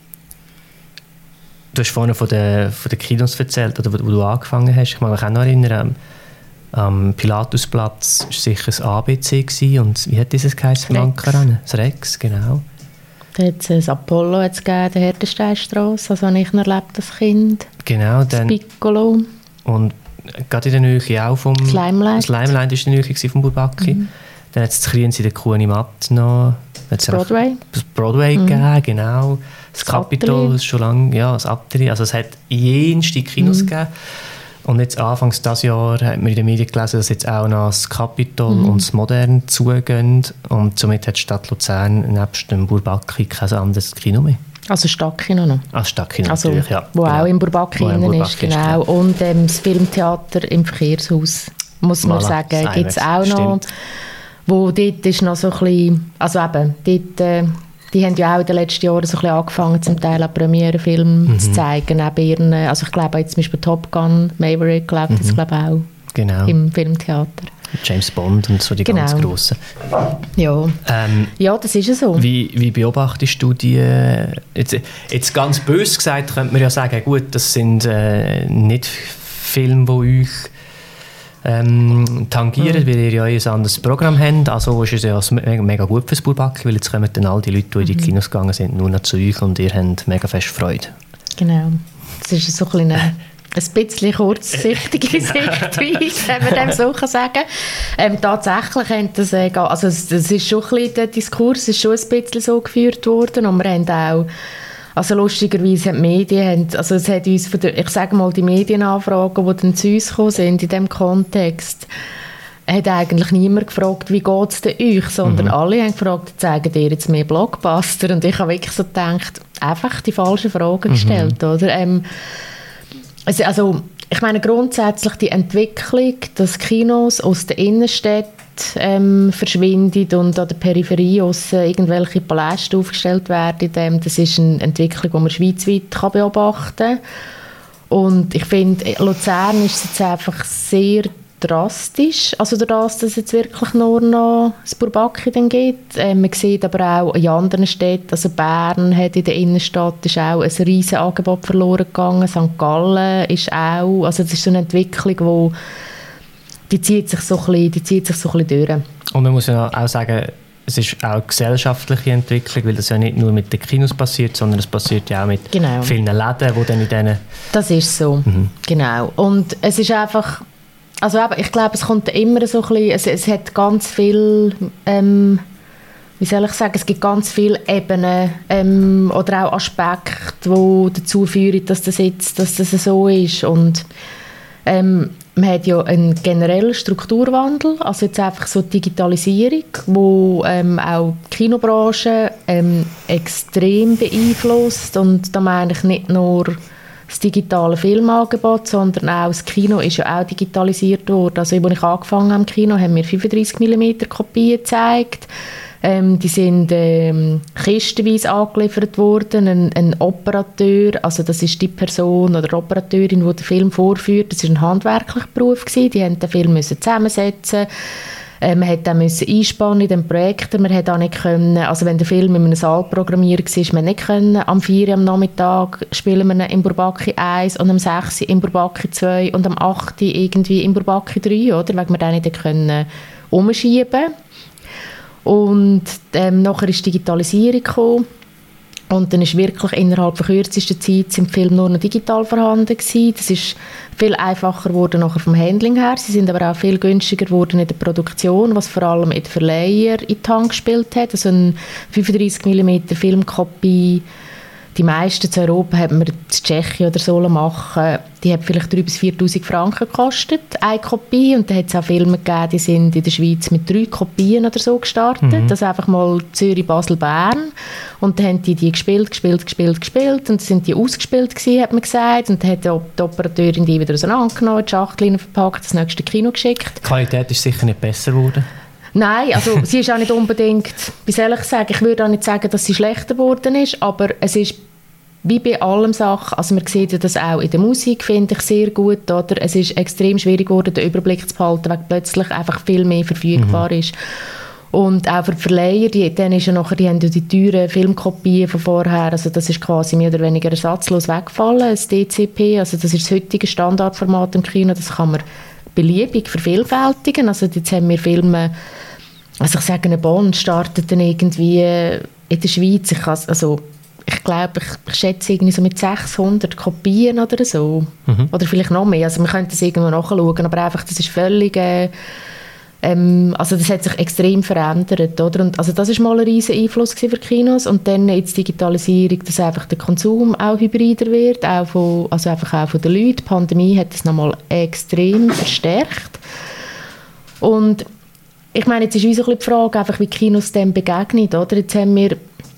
du hast vorhin von den, von den Kinos erzählt, oder wo, wo du angefangen hast. Ich kann mich auch noch erinnern, am Pilatusplatz war sicher das A B C gewesen. Und wie hat dieses geheißen? Das Rex, genau. Da hat es das Apollo hat's gegeben, der Herdensteinstrasse, also habe ich noch erlebt als Kind. Genau. Das dann, Piccolo. Und gerade in der Nähe auch vom... Das Limelight. Das Limelight war in der Nähe vom Bourbaki. Mhm. Dann hat es das Kriens in der Kuhni Matt noch... Das Broadway. Das Broadway mhm. gegeben, genau. Das, das Capitol, das schon lange... Ja, das Atelier. Also es hat jenste Kinos mhm. gegeben. Und jetzt anfangs dieses Jahr hat man in den Medien gelesen, dass jetzt auch noch das Capitol mhm. und das Modern zugehen. Und somit hat die Stadt Luzern nebst dem Bourbaki kein anderes Kino mehr. Also Stadtkino noch. Ah, Stadtkino also, natürlich, ja. Wo genau. auch im Bourbaki drin ist, genau. Ist, und ähm, das Filmtheater im Verkehrshaus, muss man voilà, sagen, gibt es auch noch. Stimmt. Wo dort ist noch so ein bisschen, also eben, dort... Äh, die haben ja auch in den letzten Jahren so ein bisschen angefangen, zum Teil auch Premierenfilme mhm. zu zeigen. Neben ihren, also ich glaube jetzt zum Beispiel Top Gun, Maverick läuft mhm. das glaube ich auch genau. im Filmtheater. James Bond und so die genau. ganz grossen. Ja. Ähm, ja, das ist ja so. Wie, wie beobachtest du die, jetzt, jetzt ganz böse gesagt, könnte man ja sagen, gut, das sind äh, nicht Filme, die euch Ähm, tangieren, mhm. weil ihr ja ein anderes Programm habt. Also ist es ja mega, mega gut fürs Bourbaki, weil jetzt kommen dann all die Leute, die in die Kinos gegangen sind, nur noch zu euch und ihr habt mega fest Freude. Genau. Das ist so ein, eine, ein bisschen kurzsichtige genau. Sichtweise, wenn man dem so sagen kann. Ähm, tatsächlich haben das, äh, also das ist schon ein bisschen, der Diskurs ist schon ein bisschen so geführt worden und wir haben auch Also lustigerweise haben die Medien, also es hat uns, von der, ich sage mal, die Medienanfragen, die dann zu uns gekommen sind in diesem Kontext, hat eigentlich niemand gefragt, wie geht es denn euch, sondern mhm. alle haben gefragt, zeigen ihr jetzt mehr Blockbuster? Und ich habe wirklich so gedacht, einfach die falschen Fragen gestellt. Mhm. Oder? Ähm, also, also, ich meine grundsätzlich die Entwicklung, dass Kinos aus der Innenstadt ähm, verschwindet und an der Peripherie aussen irgendwelche Paläste aufgestellt werden, ähm, das ist eine Entwicklung, die man schweizweit kann beobachten kann. Und ich finde, Luzern ist jetzt einfach sehr drastisch, also das, dass es jetzt wirklich nur noch das Bourbaki dann gibt. Äh, man sieht aber auch in anderen Städten, also Bern hat in der Innenstadt ist auch ein riesen Angebot verloren gegangen, Sankt Gallen ist auch, also das ist so eine Entwicklung, wo die zieht sich so ein bisschen, die zieht sich so ein bisschen durch. Und man muss ja auch sagen, es ist auch eine gesellschaftliche Entwicklung, weil das ja nicht nur mit den Kinos passiert, sondern es passiert ja auch mit genau. vielen Läden, die dann in diesen... Das ist so, mhm. genau. Und es ist einfach, also eben, ich glaube, es kommt immer so ein bisschen, es, es hat ganz viel, ähm, wie soll ich sagen, es gibt ganz viele Ebenen ähm, oder auch Aspekte, die dazu führen, dass das jetzt, dass das so ist. Und ähm, man hat ja einen generellen Strukturwandel, also jetzt einfach so Digitalisierung, wo ähm, auch die Kinobranche ähm, extrem beeinflusst. Und da meine ich nicht nur das digitale Filmangebot, sondern auch das Kino ist ja auch digitalisiert worden. Also als ich angefangen habe im Kino, haben wir fünfunddreissig Millimeter Kopien gezeigt. Ähm, die sind ähm, kistenweise angeliefert worden. Ein, ein Operateur, also das ist die Person oder Operateurin, die den Film vorführt, das war ein handwerklicher Beruf gewesen. Die mussten den Film müssen zusammensetzen. Äh, man musste den müssen einspannen in den Projekten. Man hat auch nicht können, also wenn der Film in einem Saal programmiert war, man nicht können, am vier Uhr am Nachmittag spielen wir ihn im Bourbaki eins und am sechs Uhr im Bourbaki zwei und am acht Uhr irgendwie im Bourbaki drei, oder? Weil wir den nicht können umschieben. Und ähm, nachher ist die Digitalisierung gekommen. Und dann ist wirklich innerhalb von kürzester Zeit im Film nur noch digital vorhanden gewesen. Das ist viel einfacher geworden nachher vom Handling her. Sie sind aber auch viel günstiger geworden in der Produktion, was vor allem in den Verleiher in die Hand gespielt hat. Also eine fünfunddreissig Millimeter Filmkopie, die meisten zu Europa haben wir in Tschechien oder so machen. Die hat vielleicht dreitausend bis viertausend Franken gekostet, eine Kopie. Und dann hat es auch Filme gegeben, die sind in der Schweiz mit drei Kopien oder so gestartet. Mhm. Das einfach mal Zürich, Basel, Bern. Und dann haben die die gespielt, gespielt, gespielt, gespielt. Und dann sind die ausgespielt gewesen, hat man gesagt. Und dann hat die Operateurin die wieder auseinandergenommen, die Schachteln verpackt, das nächste Kino geschickt. Die Qualität ist sicher nicht besser geworden. Nein, also sie ist auch nicht unbedingt, wie soll ich sagen, ich würde auch nicht sagen, dass sie schlechter geworden ist, aber es ist wie bei allem Sachen, also man sieht das auch in der Musik, finde ich sehr gut, oder? Es ist extrem schwierig geworden, den Überblick zu behalten, weil plötzlich einfach viel mehr verfügbar mhm. ist. Und auch für die Verleiher, die, dann ist ja nachher, die haben ja die teuren Filmkopien von vorher, also das ist quasi mehr oder weniger ersatzlos weggefallen, das D C P, also das ist das heutige Standardformat im Kino, das kann man beliebig vervielfältigen, also jetzt haben wir Filme, also ich sage, ein Bond startet dann irgendwie in der Schweiz, ich kann, also ich glaube, ich schätze irgendwie so mit sechshundert Kopien oder so. Mhm. Oder vielleicht noch mehr. Also man könnte das irgendwo nachschauen, aber einfach, das ist völlig... Äh, ähm, also das hat sich extrem verändert, oder? Und also das war mal ein riesen Einfluss für Kinos. Und dann jetzt die Digitalisierung, dass einfach der Konsum auch hybrider wird, auch von, also einfach auch von den Leuten. Die Pandemie hat das nochmal extrem verstärkt. Und ich meine, jetzt ist uns ein bisschen die Frage, einfach, wie Kinos dem begegnen, oder? Jetzt haben wir...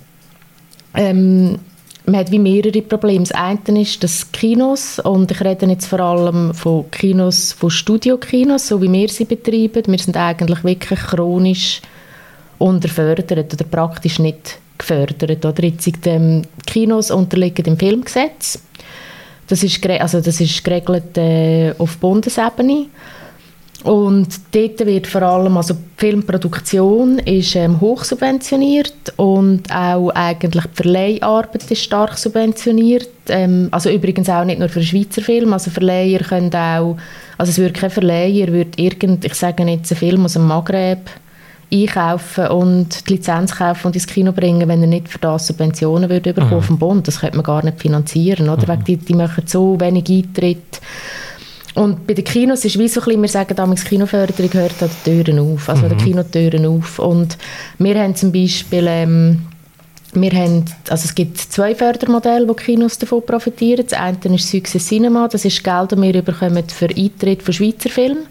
Ähm, man hat wie mehrere Probleme. Das eine ist, dass Kinos, und ich rede jetzt vor allem von Kinos, von Studiokinos, so wie wir sie betreiben, wir sind eigentlich wirklich chronisch unterfördert oder praktisch nicht gefördert. Oder jetzt sind die Kinos unterliegen dem Filmgesetz. Das ist, also das ist geregelt äh, auf Bundesebene. Und dort wird vor allem, also die Filmproduktion ist ähm, hochsubventioniert und auch eigentlich die Verleiharbeit ist stark subventioniert. Ähm, also übrigens auch nicht nur für den Schweizer Film, also Verleiher können auch, also es würde kein Verleiher, würde irgend, ich sage jetzt, einen Film aus dem Maghreb einkaufen und die Lizenz kaufen und ins Kino bringen, wenn er nicht für das Subventionen würde bekommen mhm. vom Bund. Das könnte man gar nicht finanzieren, oder? Mhm. Weil die, die machen so wenig Eintritt. Und bei den Kinos ist es wie so ein bisschen, wir sagen damals, Kinoförderung hört an den Türen auf, also mhm. an den Kinotüren auf. Und wir haben zum Beispiel, ähm, wir haben, also es gibt zwei Fördermodelle, wo Kinos davon profitieren. Das eine ist Success Cinema, das ist Geld, das wir bekommen für Eintritt von Schweizer Filmen.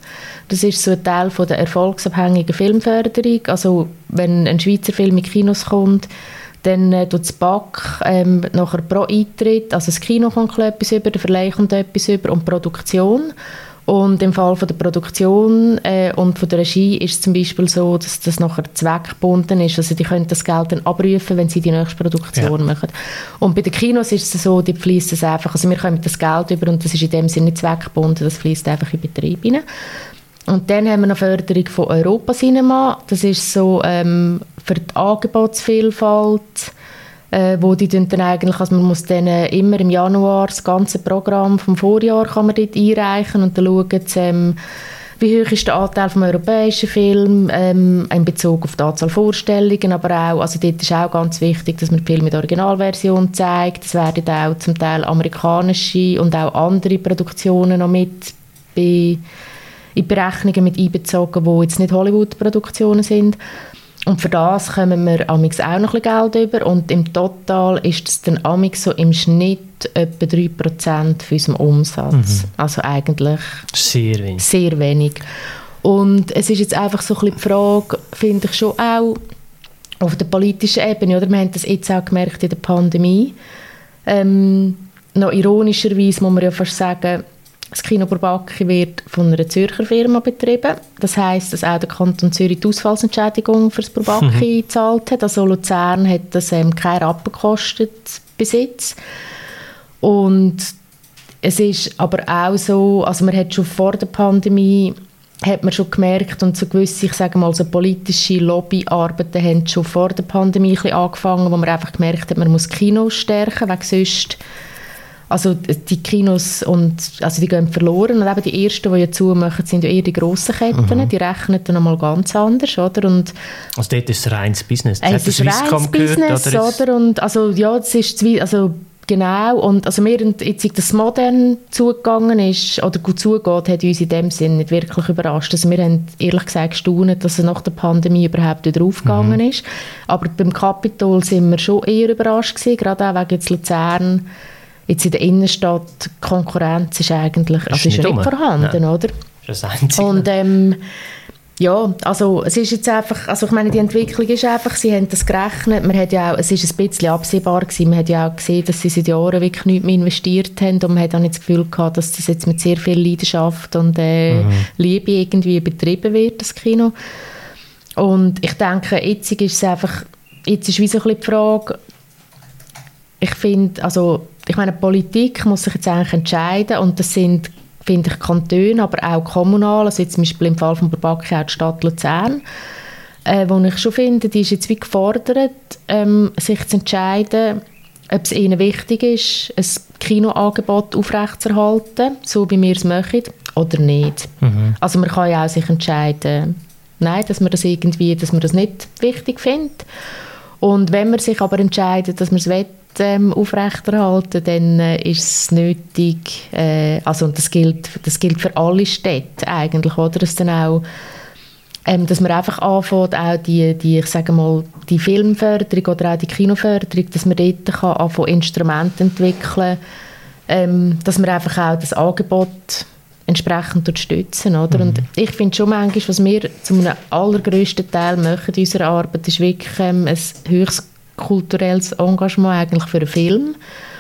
Das ist so ein Teil von der erfolgsabhängigen Filmförderung. Also wenn ein Schweizer Film in Kinos kommt, dann äh, tut das B A K ähm, nachher pro Eintritt, also das Kino kommt etwas über, der Verleih kommt etwas über und die Produktion. Und im Fall von der Produktion äh, und von der Regie ist es zum Beispiel so, dass das nachher zweckgebunden ist. Also die können das Geld dann abrufen, wenn sie die nächste Produktion ja. machen. Und bei den Kinos ist es so, die fließt es einfach, also wir kommen das Geld über und das ist in dem Sinne nicht zweckgebunden, das fließt einfach in den Betrieb hinein. Und dann haben wir noch Förderung von Europa Cinema. Das ist so ähm, für die Angebotsvielfalt, äh, wo die dann eigentlich, also man muss dann immer im Januar das ganze Programm vom Vorjahr kann man dort einreichen und dann schauen sie, ähm, wie hoch ist der Anteil vom europäischen Film ähm, in Bezug auf die Anzahl Vorstellungen, aber auch, also dort ist auch ganz wichtig, dass man Filme mit Originalversion zeigt. Es werden auch zum Teil amerikanische und auch andere Produktionen noch mit bei in Berechnungen mit einbezogen, die jetzt nicht Hollywood-Produktionen sind. Und für das kommen wir amix auch noch ein bisschen Geld über. Und im Total ist es dann amix so im Schnitt etwa drei Prozent von unserem Umsatz. Mhm. Also eigentlich sehr wenig. sehr wenig. Und es ist jetzt einfach so ein bisschen die Frage, finde ich schon auch, auf der politischen Ebene, oder? Wir haben das jetzt auch gemerkt in der Pandemie. Ähm, noch ironischerweise muss man ja fast sagen, das Kino Bourbaki wird von einer Zürcher Firma betrieben. Das heisst, dass auch der Kanton Zürich die Ausfallsentschädigung für das Bourbaki mhm. gezahlt hat. Also Luzern hat das ähm, keinen Rappen gekostet bis jetzt. Und es ist aber auch so, also man hat schon vor der Pandemie hat man schon gemerkt und so gewisse, ich sage mal, so politische Lobbyarbeiten haben schon vor der Pandemie ein bisschen angefangen, wo man einfach gemerkt hat, man muss Kinos stärken, weil sonst also die Kinos und, also die gehen verloren und eben die ersten, die ja zumachen, sind ja eher die grossen Ketten, mhm. die rechnen dann nochmal ganz anders, oder? Und also dort ist es reines Business. Es hat ist reines Business, gehört, oder? Und also ja, das ist also genau, und also wir, jetzt das modern zugegangen ist, oder gut zugeht, hat uns in dem Sinn nicht wirklich überrascht. Also wir haben ehrlich gesagt gestaunt, dass es nach der Pandemie überhaupt wieder aufgegangen mhm. ist. Aber beim Capitol sind wir schon eher überrascht gewesen, gerade auch wegen jetzt Luzern. Jetzt in der Innenstadt, die Konkurrenz ist eigentlich also ist nicht, nicht vorhanden, ja. oder? Das ist das Einzige. Und ähm, ja, also es ist jetzt einfach, also ich meine, die Entwicklung ist einfach, sie haben das gerechnet, man hat ja auch, es ist ein bisschen absehbar gewesen, man hat ja auch gesehen, dass sie seit Jahren wirklich nichts mehr investiert haben und man hat auch nicht das Gefühl gehabt, dass das jetzt mit sehr viel Leidenschaft und äh, mhm. Liebe irgendwie betrieben wird, das Kino. Und ich denke, jetzt ist es einfach, jetzt ist wie so ein bisschen die Frage, ich finde, also ich meine, die Politik muss sich jetzt eigentlich entscheiden und das sind, finde ich, Kantone, aber auch kommunal, also jetzt zum Beispiel im Fall von Bourbaki auch die Stadt Luzern, äh, wo ich schon finde, die ist jetzt wie gefordert, ähm, sich zu entscheiden, ob es ihnen wichtig ist, ein Kinoangebot aufrechtzuerhalten, so wie wir es machen, oder nicht. Mhm. Also man kann ja auch sich entscheiden, nein, dass man das irgendwie, dass man das nicht wichtig findet. Und wenn man sich aber entscheidet, dass man es will, ähm, aufrechterhalten, dann äh, ist es nötig, äh, also und das gilt, das gilt für alle Städte eigentlich, oder? Dass, dann auch, ähm, dass man einfach anfängt, auch die, die, ich sage mal, die Filmförderung oder auch die Kinoförderung, dass man dort kann anfangen, Instrumente entwickeln, ähm, dass man einfach auch das Angebot entsprechend unterstützen, oder? Mhm. Und ich finde schon manchmal, was wir zum allergrößten Teil machen in unserer Arbeit, ist wirklich ähm, ein höchst kulturelles Engagement eigentlich für einen Film.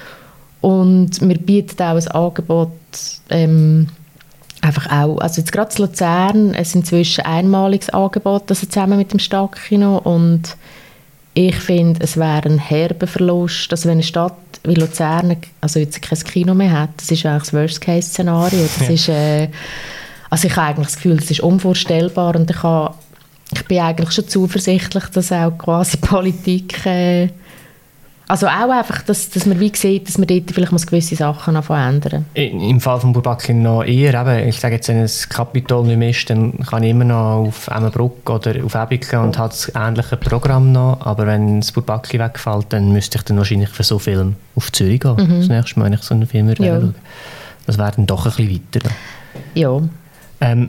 Und wir bieten auch ein Angebot ähm, einfach auch, also jetzt gerade in Luzern, es ist inzwischen ein einmaliges Angebot, das zusammen mit dem Stadtkino, und ich finde, es wäre ein herber Verlust, dass wenn eine Stadt wie Luzern also jetzt kein Kino mehr hat, das ist eigentlich das Worst-Case-Szenario. Das ja. ist, äh, also ich habe eigentlich das Gefühl, das ist unvorstellbar, und ich, habe, ich bin eigentlich schon zuversichtlich, dass auch quasi Politik, äh, also auch einfach, dass, dass man wie sieht, dass man dort vielleicht muss gewisse Sachen ändern. Im Fall von Bourbaki noch eher, eben, ich sage jetzt, wenn ein Kapitol nicht mehr ist, dann kann ich immer noch auf Emmenbruck oder auf Ebiken und habe das ähnliche Programm noch, aber wenn das Bourbaki wegfällt, dann müsste ich dann wahrscheinlich für so einen Film auf Zürich gehen, mhm. das nächste Mal, wenn ich so einen Film würde ja. schauen. Das wäre dann doch ein bisschen weiter. Ja. Ähm,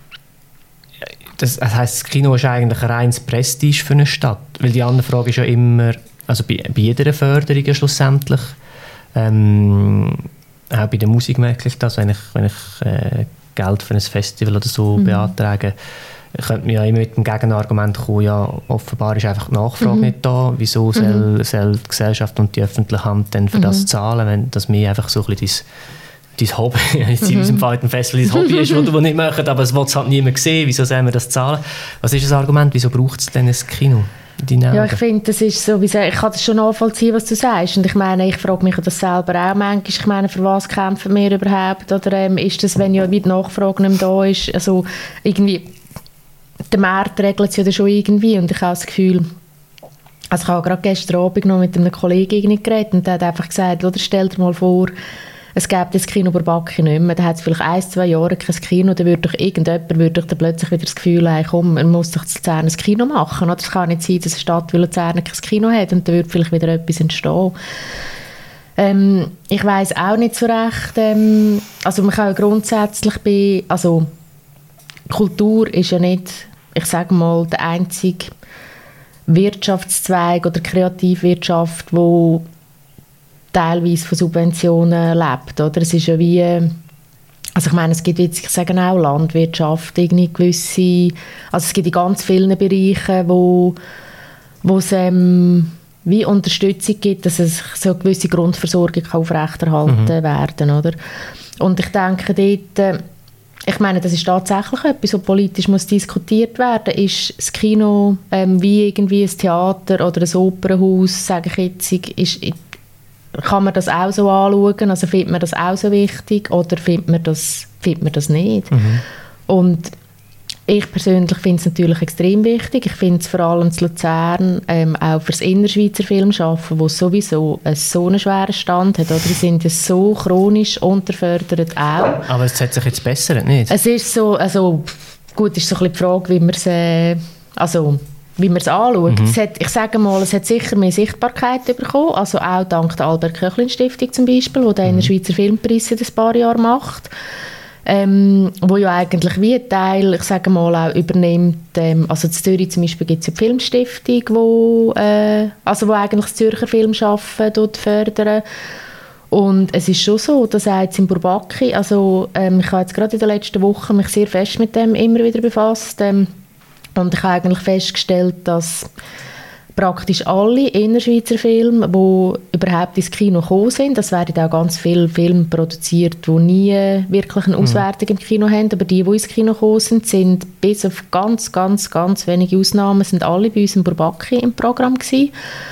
das, das heisst, das Kino ist eigentlich ein reines Prestige für eine Stadt, weil die andere Frage ist ja immer, also bei, bei jeder Förderung schlussendlich, ähm, auch bei der Musik merke ich das, wenn ich, wenn ich äh, Geld für ein Festival oder so mhm. beantragen, könnte man ja immer mit dem Gegenargument kommen, ja, offenbar ist einfach die Nachfrage mhm. nicht da, wieso mhm. soll, soll die Gesellschaft und die öffentliche Hand dann für mhm. das zahlen, wenn das mir einfach so ein bisschen dein, dein Hobby, jetzt in unserem Fall ein Festival dein Hobby ist, das du nicht machen, aber es wird es halt niemand sehen, wieso sollen wir das zahlen? Was ist das Argument, wieso braucht es denn ein Kino? Ja, ich finde, das ist so, wie ich kann das schon nachvollziehen, was du sagst. Und ich meine, ich frage mich das selber auch manchmal, ich meine, für was kämpfen wir überhaupt? Oder ähm, ist das, wenn ja die Nachfrage nicht mehr da ist, also irgendwie, der Markt regelt es ja schon irgendwie und ich habe das Gefühl, also ich habe gerade gestern Abend noch mit einem Kollegen geredet und der hat einfach gesagt, oder stell dir mal vor, es gäbe das Kino Bourbaki nicht mehr, dann hat es vielleicht ein, zwei Jahre kein Kino, dann würde doch irgendjemand würde doch dann plötzlich wieder das Gefühl haben, komm, man muss doch zu Luzern ein Kino machen. Oder es kann nicht sein, dass eine Stadt wie Luzern kein Kino hat und dann würde vielleicht wieder etwas entstehen. Ähm, ich weiss auch nicht so recht, ähm, also man kann ja grundsätzlich bei, also Kultur ist ja nicht, ich sage mal, der einzige Wirtschaftszweig oder Kreativwirtschaft, wo teilweise von Subventionen lebt, oder? Es ist ja wie, also ich meine, es gibt jetzt, ich sage auch Landwirtschaft, irgendwie gewisse, also es gibt in ganz vielen Bereichen, wo, wo es ähm, wie Unterstützung gibt, dass es so eine gewisse Grundversorgung kann aufrechterhalten mhm. werden, oder? Und ich denke dort, äh, ich meine, das ist tatsächlich etwas, was politisch muss diskutiert werden muss. Ist das Kino ähm, wie irgendwie ein Theater oder ein Opernhaus, sage ich jetzt, ist, kann man das auch so anschauen? Also findet man das auch so wichtig oder findet man das, findet man das nicht? Mhm. Und ich persönlich finde es natürlich extrem wichtig. Ich finde es vor allem in Luzern ähm, auch für das Innerschweizer Filmschaffen, wo sowieso einen so einen schweren Stand hat. Oder? Die sind ja so chronisch unterfördert auch. Aber es hat sich jetzt bessert, nicht? Es ist so, also gut, ist so ein bisschen die Frage, wie man es äh, also wie man es anschaut. Mhm. Es hat, ich sage mal, es hat sicher mehr Sichtbarkeit bekommen, also auch dank der Albert-Köchlin-Stiftung zum Beispiel, die den mhm. Schweizer Filmpreis seit ein paar Jahren macht. Ähm, wo ja eigentlich wie ein Teil, ich sage mal, auch übernimmt, ähm, also in Zürich zum Beispiel gibt es eine Filmstiftung, wo, äh, also wo eigentlich das Zürcher Filmschaffen dort fördern. Und es ist schon so, dass auch jetzt in Bourbaki, also ähm, ich habe jetzt gerade in den letzten Wochen mich sehr fest mit dem immer wieder befasst, ähm, und ich habe eigentlich festgestellt, dass praktisch alle Innerschweizer Filme, die überhaupt ins Kino gekommen sind, das werden auch ganz viele Filme produziert, die nie wirklich eine Auswertung im Kino haben, aber die, die ins Kino gekommen sind, sind bis auf ganz, ganz, ganz wenige Ausnahmen, sind alle bei uns in Bourbaki im Programm gewesen.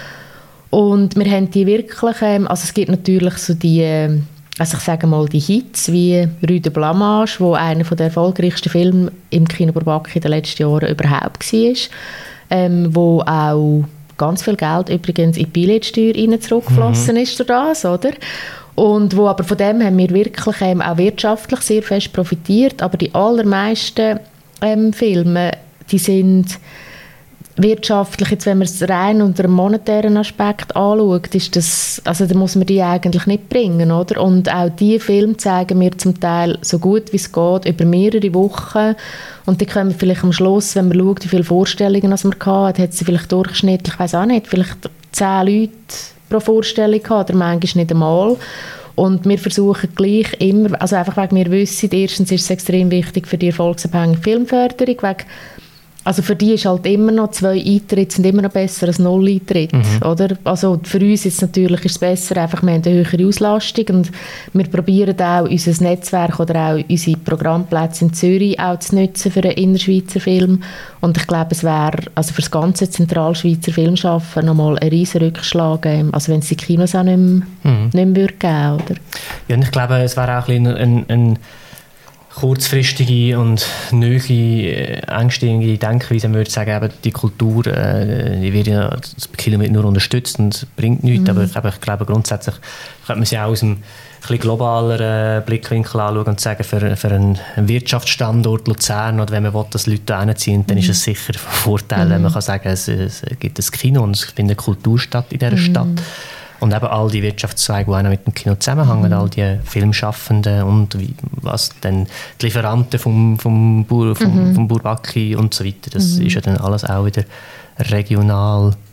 Und wir haben die wirklich, ähm, also es gibt natürlich so die, also ich sage mal, die Hits wie «Rue de Blamage», wo einer der erfolgreichsten Filme im Kino Bourbaki in den letzten Jahren überhaupt war. Ähm, wo auch ganz viel Geld übrigens in die Billetsteuer rein zurückgeflossen mhm. ist durch das, oder? Und wo aber von dem haben wir wirklich ähm, auch wirtschaftlich sehr fest profitiert, aber die allermeisten ähm, Filme, die sind wirtschaftlich, jetzt wenn man es rein unter einem monetären Aspekt anschaut, ist das, also da muss man die eigentlich nicht bringen, oder? Und auch diese Filme zeigen wir zum Teil so gut wie es geht, über mehrere Wochen. Und die kommen vielleicht am Schluss, wenn man schaut, wie viele Vorstellungen man hatte, hat sie vielleicht durchschnittlich, ich weiss auch nicht, vielleicht zehn Leute pro Vorstellung gehabt, oder manchmal nicht einmal. Und wir versuchen gleich immer, also einfach wegen wir wissen, erstens ist es extrem wichtig für die erfolgsabhängige Filmförderung, wegen also für die ist halt immer noch zwei Eintritte sind immer noch besser als null Eintritte, mhm. oder? Also für uns jetzt natürlich ist es besser, einfach wir haben eine höhere Auslastung und wir probieren auch unser Netzwerk oder auch unsere Programmplätze in Zürich auch zu nutzen für einen Innerschweizer Film und ich glaube, es wäre also für das ganze Zentralschweizer Filmschaffen nochmal ein riesen Rückschlag, also wenn es die Kinos auch nicht mehr, mhm. nicht mehr würde geben, oder? Ja, und ich glaube, es wäre auch ein, ein, ein kurzfristige und neue, engstirnige Denkweise. Man würde sagen, eben, die Kultur äh, die wird ja das Kino nur unterstützt und bringt nichts, mhm. aber ich, ich glaube grundsätzlich könnte man sie auch aus einem ein globaleren Blickwinkel anschauen und sagen, für, für einen Wirtschaftsstandort Luzern oder wenn man will, dass Leute da hinziehen, dann mhm. ist es sicher ein Vorteil, mhm. wenn man kann sagen, es, es gibt ein Kino und es findet eine Kultur statt in dieser mhm. Stadt. Und eben all die Wirtschaftszweige, die auch noch mit dem Kino zusammenhängen, mhm. all die Filmschaffenden und wie, was dann die Lieferanten vom, vom, Bur, vom, mhm. vom Bourbaki und so weiter, das mhm. ist ja dann alles auch wieder regional.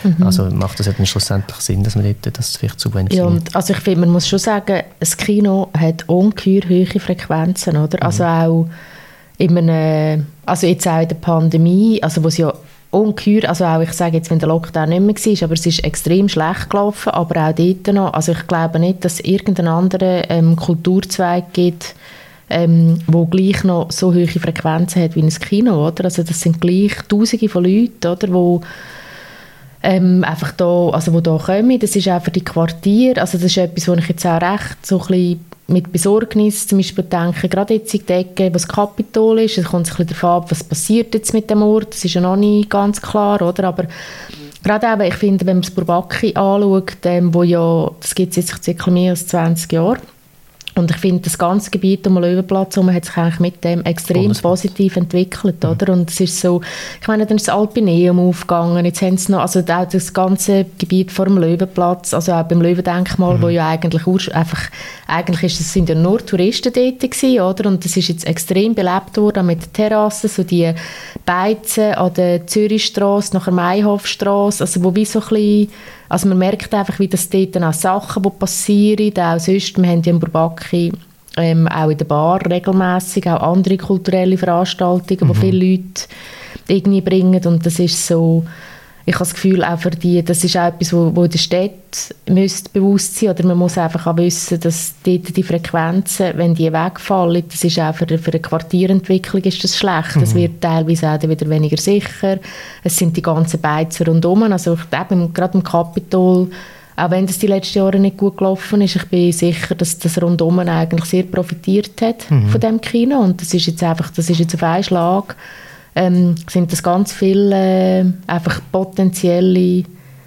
Mhm. Also macht das dann schlussendlich Sinn, dass man dort das vielleicht subventioniert? Ja, und also ich finde, man muss schon sagen, das Kino hat ungeheuer hohe Frequenzen, oder? Mhm. Also auch in einem, also jetzt auch in der Pandemie, also wo es ja ungeheuer, also auch, ich sage jetzt, wenn der Lockdown nicht mehr war, aber es ist extrem schlecht gelaufen, aber auch dort noch, also ich glaube nicht, dass es irgendeinen anderen ähm, Kulturzweig gibt, ähm, wo gleich noch so hohe Frequenzen hat wie ein Kino, oder? Also das sind gleich Tausende von Leuten, oder, wo ähm, einfach da, also wo da kommen, das ist einfach die Quartiere, also das ist etwas, wo ich jetzt auch recht so ein bisschen mit Besorgnis zum Beispiel denke, gerade jetzt in der Ecke, wo das Kapitol ist, es kommt ein bisschen darauf ab, was passiert jetzt mit dem Ort, das ist ja noch nicht ganz klar, oder? Aber gerade eben, ich finde, wenn man das Bourbaki anschaut, ähm, wo ja, das gibt es jetzt circa mehr als zwanzig Jahre, und ich finde, das ganze Gebiet um den Löwenplatz herum hat sich eigentlich mit dem extrem positiv entwickelt, mhm. oder? Und es ist so, ich meine, dann ist das Alpineum aufgegangen, jetzt haben sie noch, also auch das ganze Gebiet vor dem Löwenplatz, also auch beim Löwendenkmal, mhm. wo ja eigentlich einfach, eigentlich ist es, sind ja nur Touristen dort gewesen, oder? Und das ist jetzt extrem belebt worden mit den Terrassen, so die Beizen an der Zürichstrasse, nachher Mayhofstrasse, also wo wie so ein bisschen, also man merkt einfach, wie das dort auch Sachen, die passieren, auch sonst, wir haben ja in Bourbaki ähm, auch in der Bar regelmässig auch andere kulturelle Veranstaltungen, mhm. die viele Leute irgendwie bringen, und das ist so, ich habe das Gefühl, auch für die, das ist auch etwas, wo, wo der Stadt müsste bewusst sein, oder man muss einfach auch wissen, dass dort die Frequenzen, wenn die wegfallen, das ist auch für, für eine Quartierentwicklung ist das schlecht. Es mhm. wird teilweise auch wieder weniger sicher. Es sind die ganzen Beizen rundherum. Also eben, gerade im Kapitol, auch wenn das die letzten Jahre nicht gut gelaufen ist, ich bin sicher, dass das rundherum eigentlich sehr profitiert hat mhm. von dem Kino, und das ist jetzt einfach, das ist jetzt auf einen Schlag, Ähm, sind das ganz viele äh, einfach potenzielle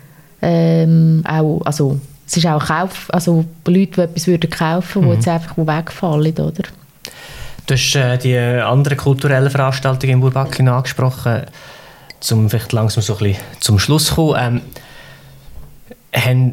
ähm, auch, also es ist auch Kauf, also Leute, die etwas würden kaufen, mhm. die jetzt einfach wegfallen, oder? Du hast äh, die anderen kulturellen Veranstaltungen in Bourbaki angesprochen, um vielleicht langsam so ein bisschen zum Schluss zu kommen. Ähm, haben,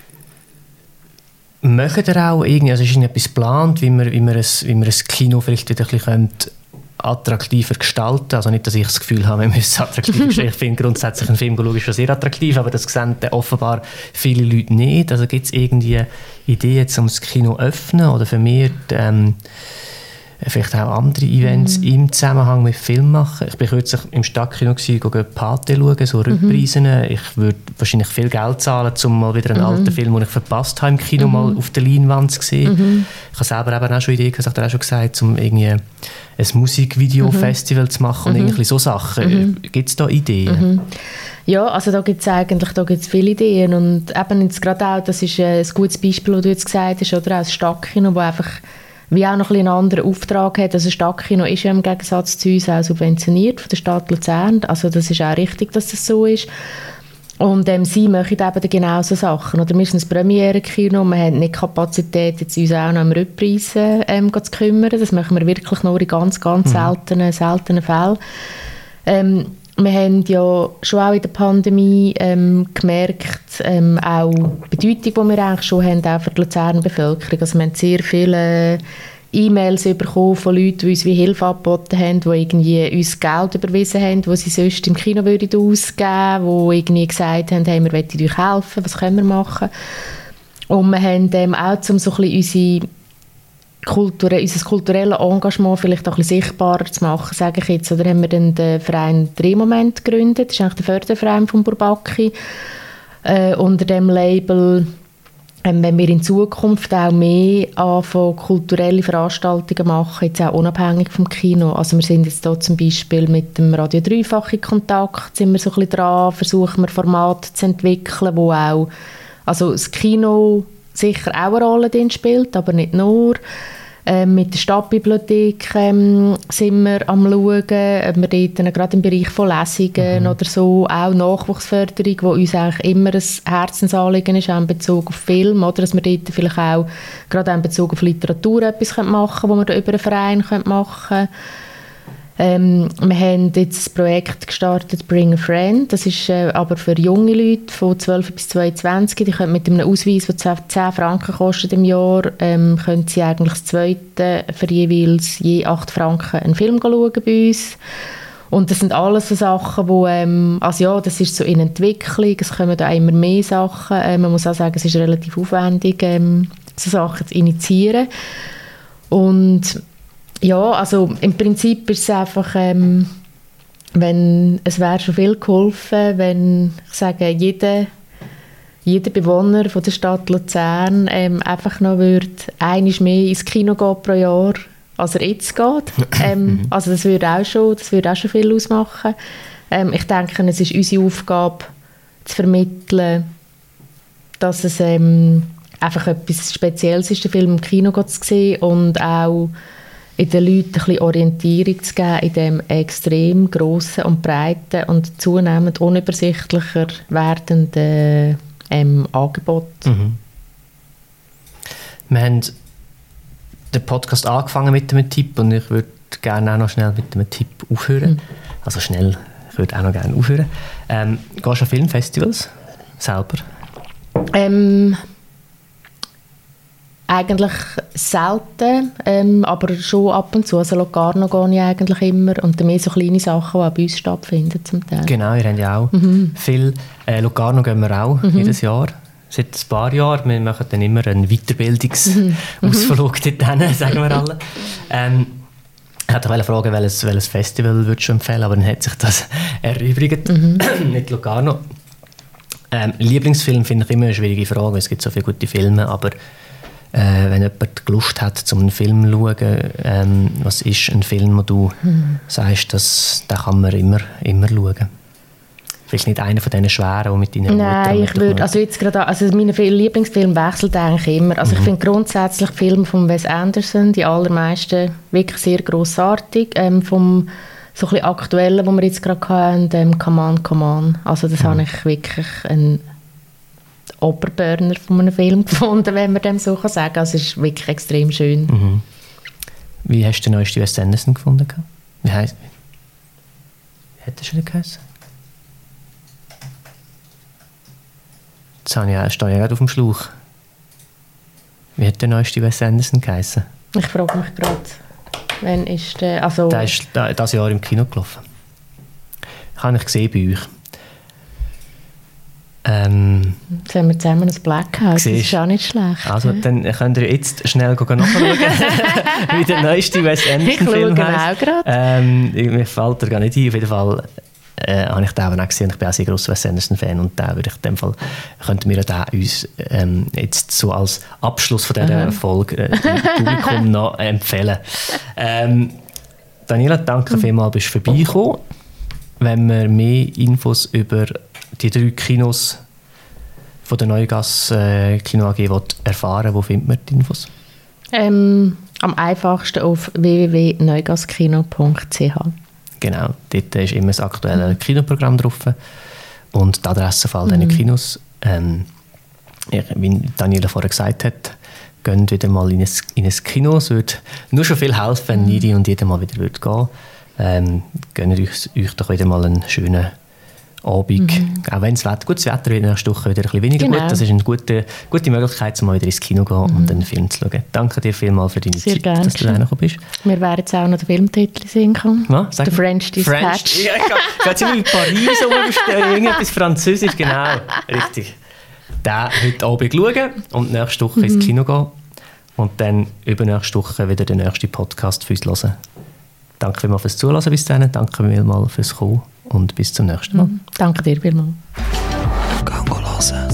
möchtet ihr auch irgendwie, also ist irgendetwas geplant, wie man, wie man, ein, wie man ein Kino vielleicht ein bisschen attraktiver gestalten. Also nicht, dass ich das Gefühl habe, wir müssen attraktiver gestalten. Ich finde grundsätzlich einen Film schauen schon sehr attraktiv, aber das sehen offenbar viele Leute nicht. Also gibt es irgendwie Ideen, um das Kino zu öffnen oder vermehrt ähm, vielleicht auch andere Events mm. im Zusammenhang mit Film machen? Ich bin kürzlich im Stadtkino gewesen, gehe Pate schauen, so Rückpreisen. Mm-hmm. Ich würde wahrscheinlich viel Geld zahlen, um mal wieder einen mm-hmm. alten Film, den ich verpasst habe, im Kino mm-hmm. mal auf der Leinwand zu sehen. Mm-hmm. Ich habe selber eben auch schon Ideen, das hat er auch schon gesagt, um irgendwie ein Musikvideo-Festival mm-hmm. zu machen und mm-hmm. irgendwie so Sachen. Mm-hmm. Gibt es da Ideen? Mm-hmm. Ja, also da gibt es eigentlich da gibt's viele Ideen, und eben jetzt gerade auch, das ist ein gutes Beispiel, was du jetzt gesagt hast, oder auch das Stadtkino, wo einfach wie auch noch ein einen anderen Auftrag hat. Also das Stadtkino ist ja im Gegensatz zu uns auch subventioniert von der Stadt Luzern. Also das ist auch richtig, dass das so ist. Und ähm, sie machen eben genau so Sachen. Oder wir sind ein Premiere-Kino, wir haben nicht Kapazität, jetzt uns auch noch um Rückpreisen ähm, zu kümmern. Das machen wir wirklich nur in ganz, ganz mhm. seltenen, seltenen Fällen. Ähm, wir haben ja schon auch in der Pandemie ähm, gemerkt, ähm, auch die Bedeutung, die wir eigentlich schon haben, auch für die Luzerner Bevölkerung. Also wir haben sehr viele E-Mails bekommen von Leuten, die uns wie Hilfe angeboten haben, die irgendwie uns Geld überwiesen haben, das sie sonst im Kino würden ausgeben würden, die irgendwie gesagt haben, hey, wir wollen euch helfen, was können wir machen? Und wir haben ähm, auch, um so ein bisschen unsere Kultur, unser kulturelles Engagement vielleicht auch ein bisschen sichtbarer zu machen, sage ich jetzt. Oder haben wir dann den Verein Drehmoment gegründet, das ist eigentlich der Förderverein von Bourbaki, äh, unter dem Label, ähm, wenn wir in Zukunft auch mehr anfangen, kulturelle Veranstaltungen machen, jetzt auch unabhängig vom Kino. Also wir sind jetzt hier zum Beispiel mit dem Radio Dreifach in Kontakt, sind wir so ein bisschen dran, versuchen wir Formate zu entwickeln, wo auch, also das Kino sicher auch eine Rolle drin spielt, aber nicht nur. Ähm, mit der Stadtbibliothek ähm, sind wir am Schauen, ob wir dort gerade im Bereich von Lesungen mhm. oder so, auch Nachwuchsförderung, wo uns eigentlich immer ein Herzensanliegen ist, auch in Bezug auf Film, oder dass wir dort vielleicht auch gerade auch in Bezug auf Literatur etwas machen können, was wir über einen Verein machen können. Ähm, wir haben jetzt ein Projekt gestartet, Bring a Friend. Das ist äh, aber für junge Leute von zwölf bis zweiundzwanzig. Die können mit einem Ausweis, der zehn Franken kostet im Jahr, ähm, können sie eigentlich das Zweite für jeweils je acht Franken einen Film schauen bei uns. Und das sind alles so Sachen, wo, ähm, also ja, das ist so in Entwicklung, es kommen da immer mehr Sachen. Äh, man muss auch sagen, es ist relativ aufwendig, ähm, so Sachen zu initiieren. Und ja, also im Prinzip ist es einfach, ähm, wenn, es wäre schon viel geholfen, wenn, ich sage, jeder, jeder Bewohner von der Stadt Luzern ähm, einfach noch würde einmal mehr ins Kino gehen pro Jahr, als er jetzt geht. ähm, also das würde auch schon, das würde auch schon viel ausmachen. Ähm, ich denke, es ist unsere Aufgabe, zu vermitteln, dass es ähm, einfach etwas Spezielles ist, den Film im Kino zu sehen und auch in den Leuten ein bisschen Orientierung zu geben in diesem extrem grossen und breiten und zunehmend unübersichtlicher werdenden ähm, Angebot. Mhm. Wir haben den Podcast angefangen mit einem Tipp und ich würde gerne auch noch schnell mit einem Tipp aufhören. Mhm. Also schnell, ich würde auch noch gerne aufhören. Ähm, gehst du an Filmfestivals selber? Ähm, eigentlich selten, ähm, aber schon ab und zu. Also Locarno gehe ich eigentlich immer und dann mehr so kleine Sachen, die auch bei uns stattfinden zum Teil. Genau, ihr habt ja auch mhm. viel. Äh, Locarno gehen wir auch mhm. jedes Jahr. Seit ein paar Jahren. Wir machen dann immer einen Weiterbildungsausflug mhm. dorthin, sagen wir alle. Ähm, ich wollte fragen, welches, welches Festival würdest du empfehlen, aber dann hat sich das erübrigt. Mhm. Nicht Locarno. Ähm, Lieblingsfilm finde ich immer eine schwierige Frage. Es gibt so viele gute Filme, aber äh, wenn jemand Lust hat, um einen Film zu schauen, ähm, was ist ein Film, wo du mhm. sagst, dass, den kann man immer, immer schauen? Vielleicht nicht einer von diesen schweren, die mit deiner Mutter... Nein, ich würde, also jetzt gerade, also meine Lieblingsfilme wechseln eigentlich immer. Also mhm. ich finde grundsätzlich Filme von Wes Anderson, die allermeisten wirklich sehr grossartig. Ähm, vom so ein bisschen aktuellen, wo wir jetzt gerade hatten, ähm, Come On, Come On. Also das mhm. habe ich wirklich einen Oberburner von einem Film gefunden, wenn man dem so sagen kann. Also es ist wirklich extrem schön. Mhm. Wie hast du den neuesten Wes Anderson gefunden? Wie heisst Wie hat er schon geheißen? Jetzt habe ich ja, stehe ich gerade auf dem Schlauch. Wie hat der neueste Wes Anderson geheißen? Ich frage mich gerade, wann ist der... Also der ist dieses Jahr im Kino gelaufen. Das habe ich gesehen bei euch. Ähm, jetzt haben wir zusammen ein Blackhouse, das ist auch nicht schlecht. Also, ja. Dann könnt ihr jetzt schnell nachschauen, wie der neueste Wes Anderson-Film heisst. Ich schaue ähm, Mir fällt er gar nicht ein, auf jeden Fall... Äh, habe ich den auch gesehen. Ich bin auch sehr grosser Wes Anderson-Fan und den würde ich in dem Fall, könnten wir den uns ähm, jetzt so als Abschluss von dieser Aha. Folge äh, dem Publikum noch empfehlen. Ähm, Daniela, danke mhm. vielmals, bist du vorbeigekommen. Wenn man mehr Infos über die drei Kinos von der Neugasse äh, Kino A G erfahren, wo findet man die Infos? Ähm, am einfachsten auf w w w punkt neugasskino punkt c h. Genau, dort ist immer das aktuelle Kinoprogramm drauf und die Adresse von all diesen mhm. Kinos. Ähm, wie Daniela vorher gesagt hat, geht wieder mal in ein, in ein Kino. Es würde nur schon viel helfen, wenn mhm. jede und jeder mal wieder gehen würde. Ähm, gönnt euch, euch doch wieder mal einen schönen Abend. Mhm. Auch wenn das Wetter, gutes Wetter wird nächste Woche wieder ein bisschen weniger genau. gut. Das ist eine gute, gute Möglichkeit, um mal wieder ins Kino zu gehen mhm. und einen Film zu schauen. Danke dir vielmals für deine Sehr Zeit, gern, dass du reingekommen bist. Wir werden jetzt auch noch den Filmtitel singen können. Was? The French Dispatch. French. Ja, ich gehe jetzt immer in Paris umstellen, irgendetwas Französisch, genau. Richtig. Den heute Abend schauen und nächste Woche mhm. ins Kino gehen und dann übernächste Woche wieder den nächsten Podcast für uns hören. Danke vielmals fürs Zuhören bis dahin. Danke vielmals fürs Kommen und bis zum nächsten Mal. Mhm. Danke dir vielmals. Gang hören.